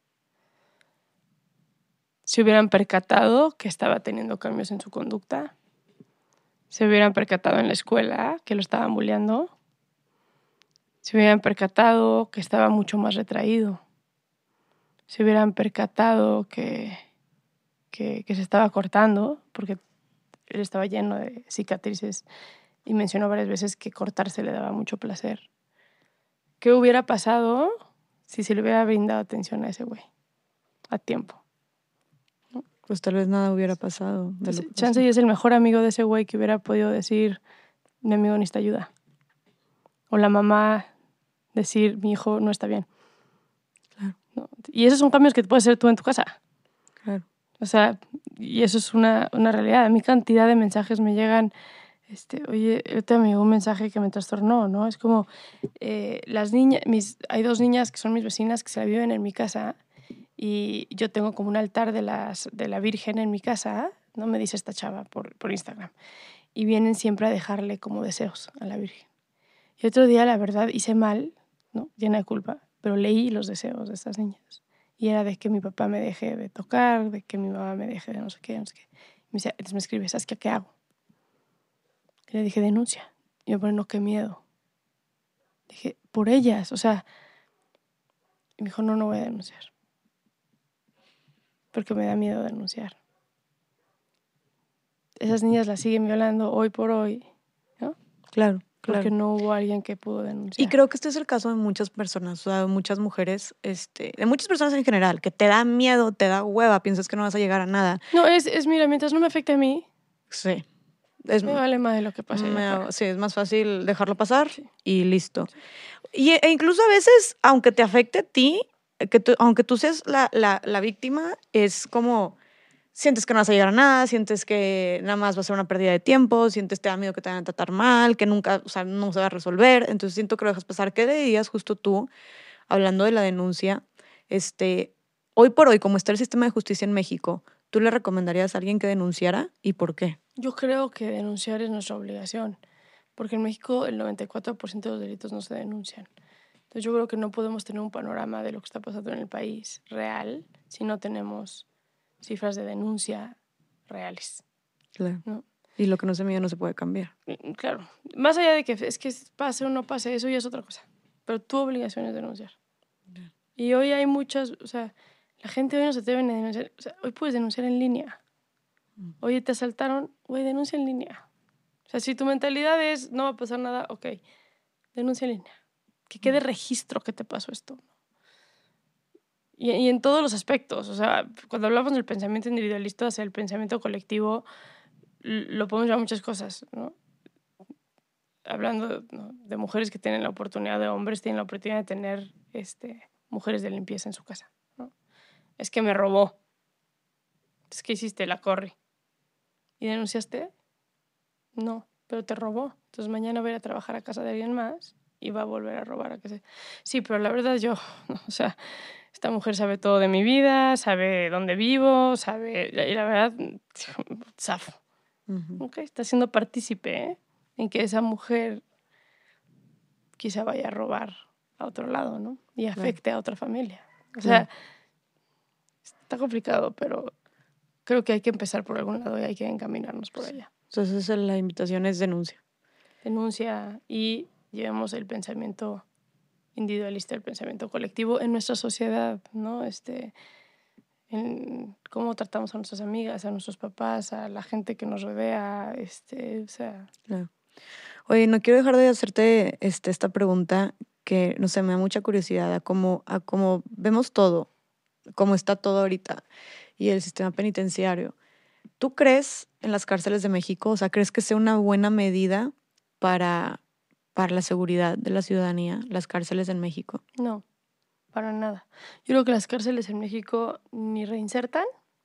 se hubieran percatado que estaba teniendo cambios en su conducta? Se hubieran percatado en la escuela que lo estaban bulleando. Se hubieran percatado que estaba mucho más retraído. Se hubieran percatado que, que, que se estaba cortando, porque él estaba lleno de cicatrices y mencionó varias veces que cortarse le daba mucho placer. ¿Qué hubiera pasado si se le hubiera brindado atención a ese güey a tiempo? Pues tal vez nada hubiera pasado. De lo que Chance y es el mejor amigo de ese güey que hubiera podido decir, mi amigo necesita ayuda. O la mamá decir, mi hijo no está bien. Claro. ¿No? Y esos son cambios que puedes hacer tú en tu casa. Claro. O sea, y eso es una, una realidad. A mí cantidad de mensajes me llegan, este, oye, yo te envié un mensaje que me trastornó, ¿no? Es como, eh, las niñas, mis, hay dos niñas que son mis vecinas que se la viven en mi casa y yo tengo como un altar de, las, de la Virgen en mi casa, ¿no? Me dice esta chava por, por Instagram. Y vienen siempre a dejarle como deseos a la Virgen. Y otro día, la verdad, hice mal, ¿no? Llena de culpa, pero leí los deseos de estas niñas. Y era de que mi papá me deje de tocar, de que mi mamá me deje de no sé qué, no sé qué. Y me decía, entonces me escribe, ¿sabes qué, qué hago? Y le dije, denuncia. Y me pone, no, qué miedo. Dije, por ellas, o sea. Y me dijo, no, no voy a denunciar. Porque me da miedo denunciar. Esas niñas las siguen violando hoy por hoy, ¿no? Claro. Porque Claro. no hubo alguien que pudo denunciar. Y creo que este es el caso de muchas personas, o sea, de muchas mujeres, este, de muchas personas en general, que te da miedo, te da hueva, piensas que no vas a llegar a nada. No, es, es mira, mientras no me afecte a mí, Sí. Es, me vale más de lo que pase. me, sí, es más fácil dejarlo pasar sí. y listo. Sí. Y, e incluso a veces, aunque te afecte a ti, que tú, aunque tú seas la, la, la víctima, es como... Sientes que no vas a llegar a nada, sientes que nada más va a ser una pérdida de tiempo, sientes que te da miedo que te van a tratar mal, que nunca, o sea, no se va a resolver. Entonces siento que lo dejas pasar. ¿Qué le dirías justo tú, hablando de la denuncia? Este, hoy por hoy, como está el sistema de justicia en México, ¿tú le recomendarías a alguien que denunciara y por qué? Yo creo que denunciar es nuestra obligación, porque en México el noventa y cuatro por ciento de los delitos no se denuncian. Entonces yo creo que no podemos tener un panorama de lo que está pasando en el país real si no tenemos cifras de denuncia reales. Claro. ¿No? Y lo que no se mide no se puede cambiar. Claro. Más allá de que es que pase o no pase, eso ya es otra cosa. Pero tu obligación es denunciar. Yeah. Y hoy hay muchas, o sea, la gente hoy no se atreve a denunciar. O sea, hoy puedes denunciar en línea. Mm. Oye, te asaltaron, güey, denuncia en línea. O sea, si tu mentalidad es no va a pasar nada, ok, denuncia en línea. Que quede registro que te pasó esto. Y, y en todos los aspectos. O sea, cuando hablamos del pensamiento individualista hacia el pensamiento colectivo, lo podemos llevar a muchas cosas, ¿no? Hablando, ¿no?, de mujeres que tienen la oportunidad, de hombres tienen la oportunidad de tener este, mujeres de limpieza en su casa, ¿no? Es que me robó. Es que hiciste, la corre. ¿Y denunciaste? No, pero te robó. Entonces mañana va a ir a trabajar a casa de alguien más y va a volver a robar a casa. Sí, pero la verdad yo, o sea, esta mujer sabe todo de mi vida, sabe dónde vivo, sabe, y la verdad, zafo. Uh-huh. Okay, está siendo partícipe, ¿eh?, en que esa mujer quizá vaya a robar a otro lado, ¿no? Y afecte claro. a otra familia. O sea, claro. Está complicado, pero creo que hay que empezar por algún lado y hay que encaminarnos por allá. Entonces la invitación es denuncia. Denuncia y llevemos el pensamiento individualista, el pensamiento colectivo en nuestra sociedad, ¿no? Este, en cómo tratamos a nuestras amigas, a nuestros papás, a la gente que nos rodea, este, o sea... Claro. Oye, no quiero dejar de hacerte este, esta pregunta que, no sé, me da mucha curiosidad a cómo, a cómo vemos todo, cómo está todo ahorita y el sistema penitenciario. ¿Tú crees en las cárceles de México? O sea, ¿crees que sea una buena medida para, para la seguridad de la ciudadanía, las cárceles en México? No, para nada. Yo creo que las cárceles en México ni reinsertan.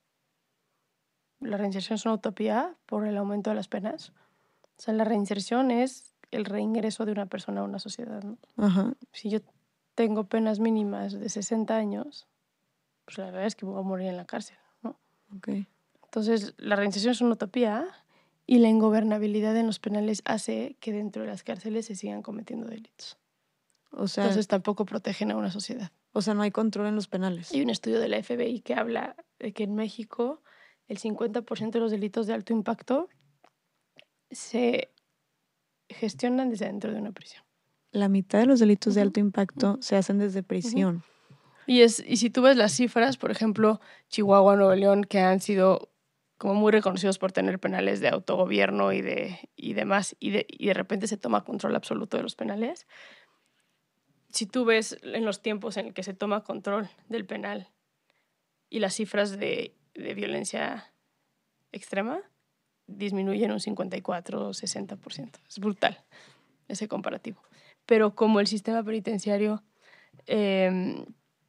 La reinserción es una utopía por el aumento de las penas. O sea, la reinserción es el reingreso de una persona a una sociedad, ¿no? Ajá. Si yo tengo penas mínimas de sesenta años, pues la verdad es que voy a morir en la cárcel, ¿no? Okay. Entonces, la reinserción es una utopía y la ingobernabilidad en los penales hace que dentro de las cárceles se sigan cometiendo delitos. O sea, entonces tampoco protegen a una sociedad. O sea, no hay control en los penales. Hay un estudio de la F B I que habla de que en México el cincuenta por ciento de los delitos de alto impacto se gestionan desde dentro de una prisión. La mitad de los delitos uh-huh. de alto impacto uh-huh. se hacen desde prisión. Uh-huh. Y, es, y si tú ves las cifras, por ejemplo, Chihuahua, Nuevo León, que han sido como muy reconocidos por tener penales de autogobierno y, de, y demás, y de, y de repente se toma control absoluto de los penales. Si tú ves en los tiempos en el que se toma control del penal y las cifras de, de violencia extrema disminuyen un cincuenta y cuatro o sesenta por ciento. Es brutal ese comparativo. Pero como el sistema penitenciario eh,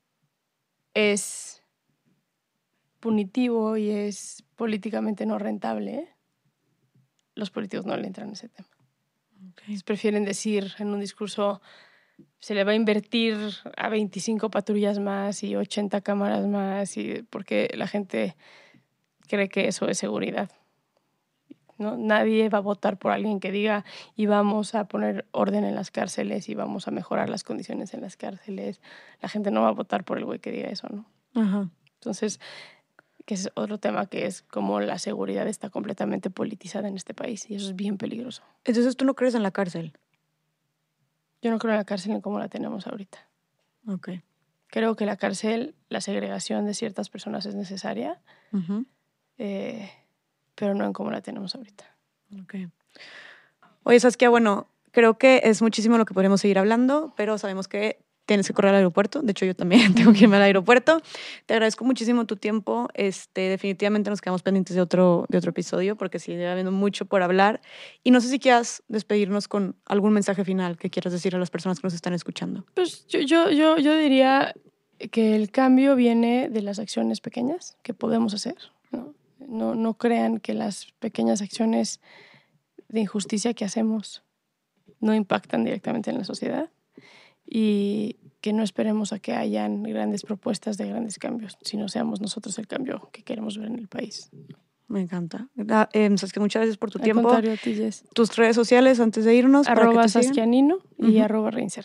es punitivo y es políticamente no rentable, ¿eh?, los políticos no le entran en ese tema. Okay. Prefieren decir en un discurso se le va a invertir a veinticinco patrullas más y ochenta cámaras más, y porque la gente cree que eso es seguridad, ¿no? Nadie va a votar por alguien que diga y vamos a poner orden en las cárceles y vamos a mejorar las condiciones en las cárceles. La gente no va a votar por el güey que diga eso, ¿no? Ajá. Entonces, que es otro tema, que es cómo la seguridad está completamente politizada en este país y eso es bien peligroso. Entonces, ¿tú no crees en la cárcel? Yo no creo en la cárcel en cómo la tenemos ahorita. Okay. Creo que la cárcel, la segregación de ciertas personas es necesaria, uh-huh. eh, pero no en cómo la tenemos ahorita. Okay. Oye, Saskia, bueno, creo que es muchísimo lo que podríamos seguir hablando, pero sabemos que tienes que correr al aeropuerto. De hecho, yo también tengo que irme al aeropuerto. Te agradezco muchísimo tu tiempo. Este, definitivamente nos quedamos pendientes de otro, de otro episodio porque sigue habiendo mucho por hablar. Y no sé si quieras despedirnos con algún mensaje final que quieras decir a las personas que nos están escuchando. Pues yo, yo, yo, yo diría que el cambio viene de las acciones pequeñas que podemos hacer, ¿no? No, no crean que las pequeñas acciones de injusticia que hacemos no impactan directamente en la sociedad. Y que no esperemos a que hayan grandes propuestas de grandes cambios, sino seamos nosotros el cambio que queremos ver en el país. Me encanta. Eh, Saskia, muchas gracias por tu Al tiempo. Contrario, a ti, Jess. Tus redes sociales antes de irnos. Arroba Saskianino y uh-huh. arroba Reinserta.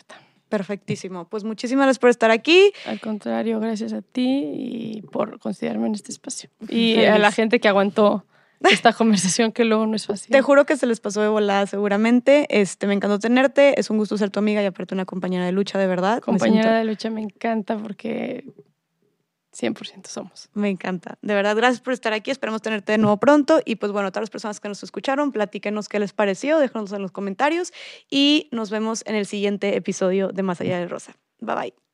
Perfectísimo. Pues muchísimas gracias por estar aquí. Al contrario, gracias a ti y por considerarme en este espacio. Y Feliz. A la gente que aguantó esta conversación que luego no es fácil. Te juro que se les pasó de volada seguramente. Este, me encantó tenerte. Es un gusto ser tu amiga y aparte una compañera de lucha, de verdad. Compañera siento... de lucha me encanta porque cien por ciento somos. Me encanta. De verdad, gracias por estar aquí. Esperemos tenerte de nuevo pronto. Y pues bueno, a todas las personas que nos escucharon, platíquenos qué les pareció, déjanos en los comentarios y nos vemos en el siguiente episodio de Más Allá del Rosa. Bye bye.